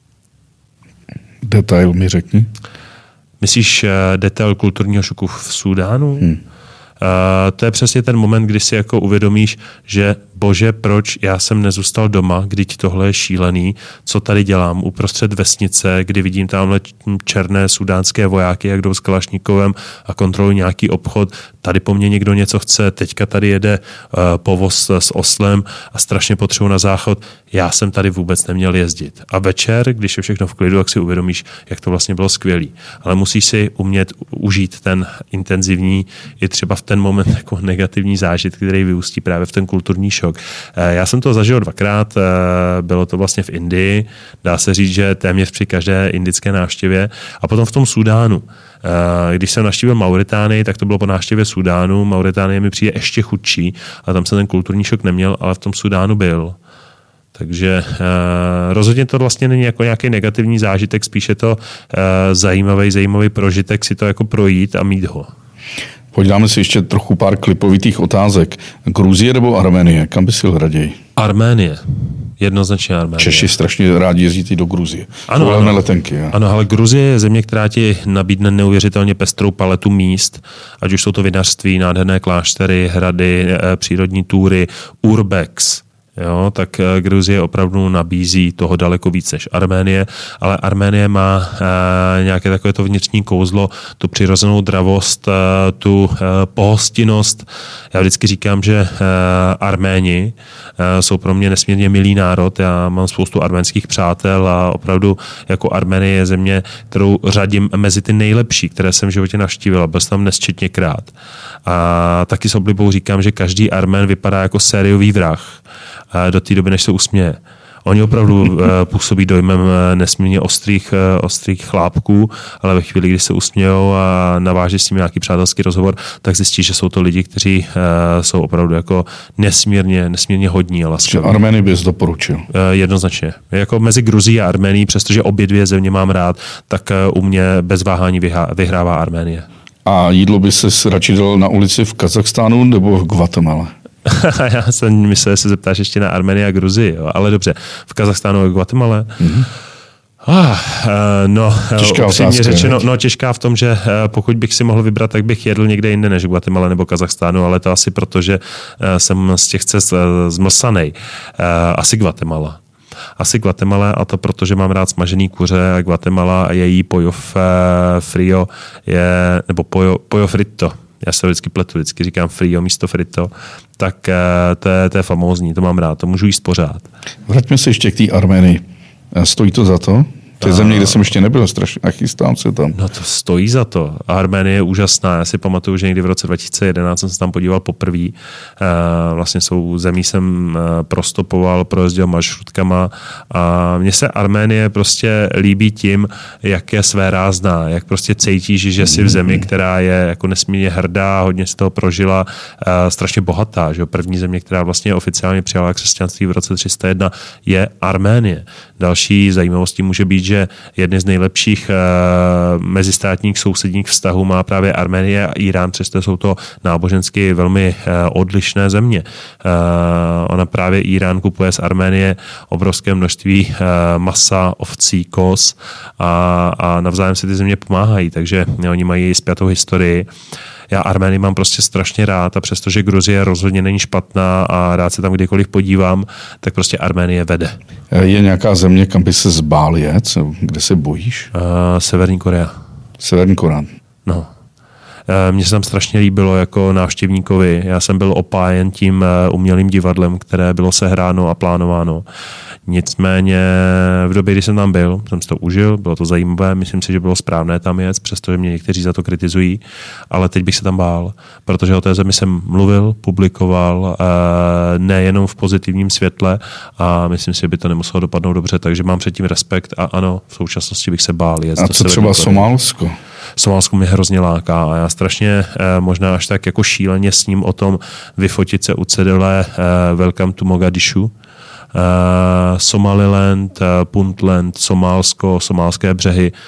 Detail mi řekni. Myslíš uh, detail kulturního šoku v Súdánu? Hmm. Uh, to je přesně ten moment, kdy si jako uvědomíš, že bože, proč já jsem nezůstal doma, když tohle je šílený, co tady dělám uprostřed vesnice, kdy vidím tamhle černé sudánské vojáky, jak jdou s kalašníkovem a kontrolují nějaký obchod, tady po mně někdo něco chce, teďka tady jede uh, povoz s oslem a strašně potřebuji na záchod, já jsem tady vůbec neměl jezdit. A večer, když je všechno v klidu, tak si uvědomíš, jak to vlastně bylo skvělý. Ale musíš si umět užít ten intenzivní, i třeba v ten moment jako negativní zážitek, který vyústí právě v ten kulturní šok. Já jsem to zažil dvakrát, bylo to vlastně v Indii, dá se říct, že téměř při každé indické návštěvě a potom v tom Súdánu. Když jsem navštívil Mauritánii, tak to bylo po návštěvě Súdánu. Mauritánie mi přijde ještě chudší a tam jsem ten kulturní šok neměl, ale v tom Súdánu byl. Takže uh, rozhodně to vlastně není jako nějaký negativní zážitek, spíše to uh, zajímavý, zajímavý prožitek si to jako projít a mít ho. Podíváme si ještě trochu pár klipovitých otázek. Gruzie nebo Arménie? Kam by si raději? Arménie. Jednoznačně Arménie. Češi strašně rádi jezdí do Gruzie. Ano, ano. letenky. Ja. Ano, ale Gruzie je země, která ti nabídne neuvěřitelně pestrou paletu míst, ať už jsou to vinařství, nádherné kláštery, hrady, přírodní túry, urbex. Jo, tak Gruzie opravdu nabízí toho daleko víc než Arménie, ale Arménie má e, nějaké takové to vnitřní kouzlo, tu přirozenou dravost, e, tu e, pohostinnost. Já vždycky říkám, že e, Arméni e, jsou pro mě nesmírně milý národ. Já mám spoustu arménských přátel a opravdu jako Arménie je země, kterou řadím mezi ty nejlepší, které jsem v životě navštívil. Byl jsem tam nesčetněkrát. A taky s oblibou říkám, že každý Armén vypadá jako sériový vrah do té doby, než se usměje. Oni opravdu působí dojmem nesmírně ostrých, ostrých chlápků, ale ve chvíli, kdy se usmějou a naváží s tím nějaký přátelský rozhovor, tak zjistí, že jsou to lidi, kteří jsou opravdu jako nesmírně, nesmírně hodní a laskaví. Arménii bys doporučil? Jednoznačně. Jako mezi Gruzií a Arménií, přestože obě dvě země mám rád, tak u mě bez váhání vyhrává Arménie. A jídlo by se radši dal na ulici v Kazachstánu nebo v Guatemala? Já jsem myslel, že se zeptáš ještě na Armenii a Gruzii, jo. Ale dobře, v Kazachstánu a Guatemala. Mm-hmm. Ah, no, těžká upřímně řečeno, no těžká v tom, že pokud bych si mohl vybrat, tak bych jedl někde jinde než Guatemala nebo Kazachstánu, ale to asi proto, že jsem z těch cest zmlsanej. Asi Guatemala. Asi Guatemala, a to proto, že mám rád smažený kuře a Guatemala a její pollo frio je, nebo pollo, pollo frito. Já se to vždycky pletu, vždycky říkám frio místo frito, tak to je, to je famózní, to mám rád, to můžu jíst pořád. Vraťme se ještě k té Arménii. Stojí to za to? To je země, kde jsem ještě nebyl strašně a chystám se tam. No to stojí za to. Arménie je úžasná. Já si pamatuju, že někdy v roce dva tisíce jedenáct jsem se tam podíval poprvé. Vlastně svou zemí jsem prostopoval, projezdil maršrutkama a mně se Arménie prostě líbí tím, jak je své rázná, jak prostě cítíš, že jsi v zemi, která je jako nesmírně hrdá, hodně z toho prožila, strašně bohatá. Že? První země, která vlastně oficiálně přijala křesťanství v roce tři sta jedna, je Arménie. Další zajímavostí může být, že jedny z nejlepších uh, mezistátních sousedních vztahů má právě Arménie a Irán, přesto jsou to nábožensky velmi uh, odlišné země. Uh, ona právě Irán kupuje z Arménie obrovské množství uh, masa, ovcí, koz a, a navzájem si ty země pomáhají, takže ne, oni mají spjatou historii. Já Arménii mám prostě strašně rád a přestože Gruzie rozhodně není špatná a rád se tam kdykoliv podívám, tak prostě Arménie vede. Je nějaká země, kam by se zbál jet? Kde se bojíš? Uh, Severní Korea. Severní Korea. No. Mně se tam strašně líbilo jako návštěvníkovi. Já jsem byl opájen tím umělým divadlem, které bylo sehráno a plánováno. Nicméně v době, kdy jsem tam byl, jsem si to užil, bylo to zajímavé, myslím si, že bylo správné tam jet, přestože mě někteří za to kritizují, ale teď bych se tam bál, protože o té zemi jsem mluvil, publikoval, nejenom v pozitivním světle a myslím si, že by to nemuselo dopadnout dobře, takže mám předtím respekt a ano, v současnosti bych se bál jet. A co třeba Somálsko? Somálsko mě hrozně láká a já strašně možná až tak jako šíleně s ním o tom vyfotit se u cedule Welcome to Mogadishu. Uh, Somaliland, uh, Puntland, Somálsko, somálské břehy.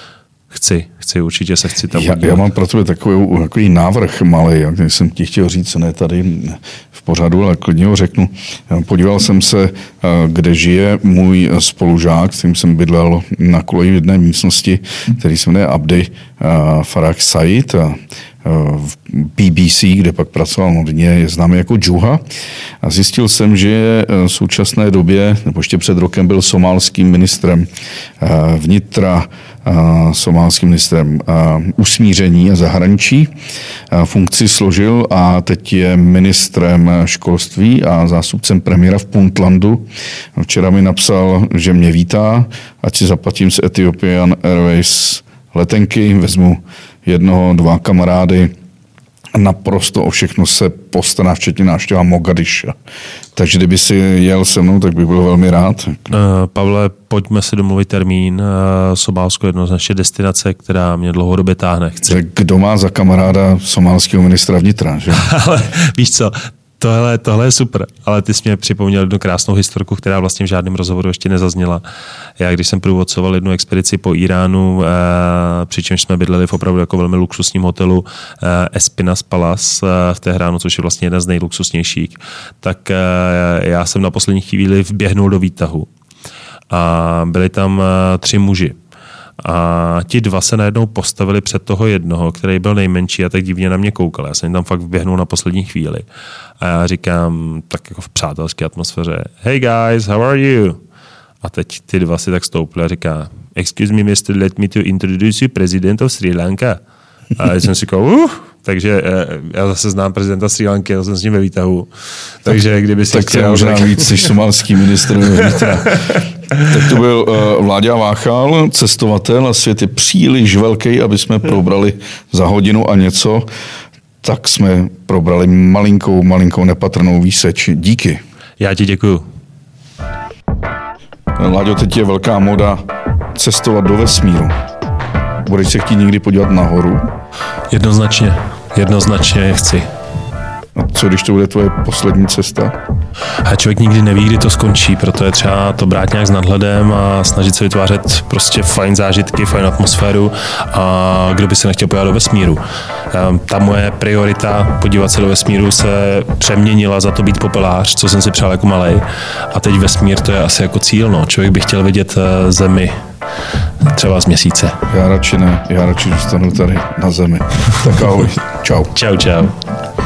Chci, chci, určitě se chci tam já, já mám pro tebe takový, takový návrh malý, jak jsem ti chtěl říct, ne tady v pořadu, ale klidně ho řeknu. Podíval jsem se, kde žije můj spolužák, s kterým jsem bydlel na koleji v jedné místnosti, který se jmenuje Abdi Farah Said, v B B C, kde pak pracoval hodně, je známý jako Džuha. A zjistil jsem, že je v současné době, nebo ještě před rokem byl somálským ministrem vnitra, somálským ministrem usmíření a zahraničí. Funkci složil a teď je ministrem školství a zástupcem premiéra v Puntlandu. Včera mi napsal, že mě vítá, ať si zaplatím z Ethiopian Airways letenky, vezmu jednoho, dva kamarády, naprosto o všechno se postará, včetně návštěva Mogadiša. Takže kdyby si jel se mnou, tak bych byl velmi rád. Uh, Pavle, pojďme si domluvit termín. Uh, Somálsko je jednoznačně destinace, která mě dlouhodobě táhne. Chci. Kdo má za kamaráda somálského ministra vnitra, že? Ale víš co, Tohle, tohle je super, ale ty jsi mě připomněl jednu krásnou historku, která vlastně v žádném rozhovoru ještě nezazněla. Já, když jsem průvodcoval jednu expedici po Iránu, eh, přičemž jsme bydleli v opravdu jako velmi luxusním hotelu eh, Espinas Palace eh, v Teheránu, což je vlastně jeden z nejluxusnějších, tak eh, já jsem na poslední chvíli vběhnul do výtahu. A byli tam eh, tři muži. A ti dva se najednou postavili před toho jednoho, který byl nejmenší a tak divně na mě koukal. Já jsem tam fakt vběhnul na poslední chvíli. A já říkám tak jako v přátelské atmosféře: Hey guys, how are you? A teď ty dva si tak stoupli a říká: Excuse me, mister, let me to introduce you, president of Sri Lanka. A já jsem si říkal, uh, takže já zase znám prezidenta Sri Lanky, já jsem s ním ve výtahu. Takže tak, kdyby si tak chtěl... Tak možná víc, jsi somálský ministr vnitra. Tak to byl uh, Vláďa Váchal, cestovatel, a svět je příliš velký, aby jsme probrali za hodinu a něco, tak jsme probrali malinkou, malinkou nepatrnou výseč. Díky. Já ti děkuju. Láďo, teď je velká moda cestovat do vesmíru. Budeš se chtít někdy podívat nahoru? Jednoznačně. Jednoznačně chci. A co když to bude tvoje poslední cesta? A člověk nikdy neví, kdy to skončí, proto je třeba to brát nějak s nadhledem a snažit se vytvářet prostě fajn zážitky, fajn atmosféru, a kdo by se nechtěl podívat do vesmíru. Ta moje priorita podívat se do vesmíru se přeměnila za to být popelář, co jsem si přál jako malej, a teď vesmír to je asi jako cíl, no. Člověk by chtěl vidět Zemi třeba z měsíce. Já radši ne, já radši zůstanu tady na Zemi. Tak ahoj, čau. Čau, čau.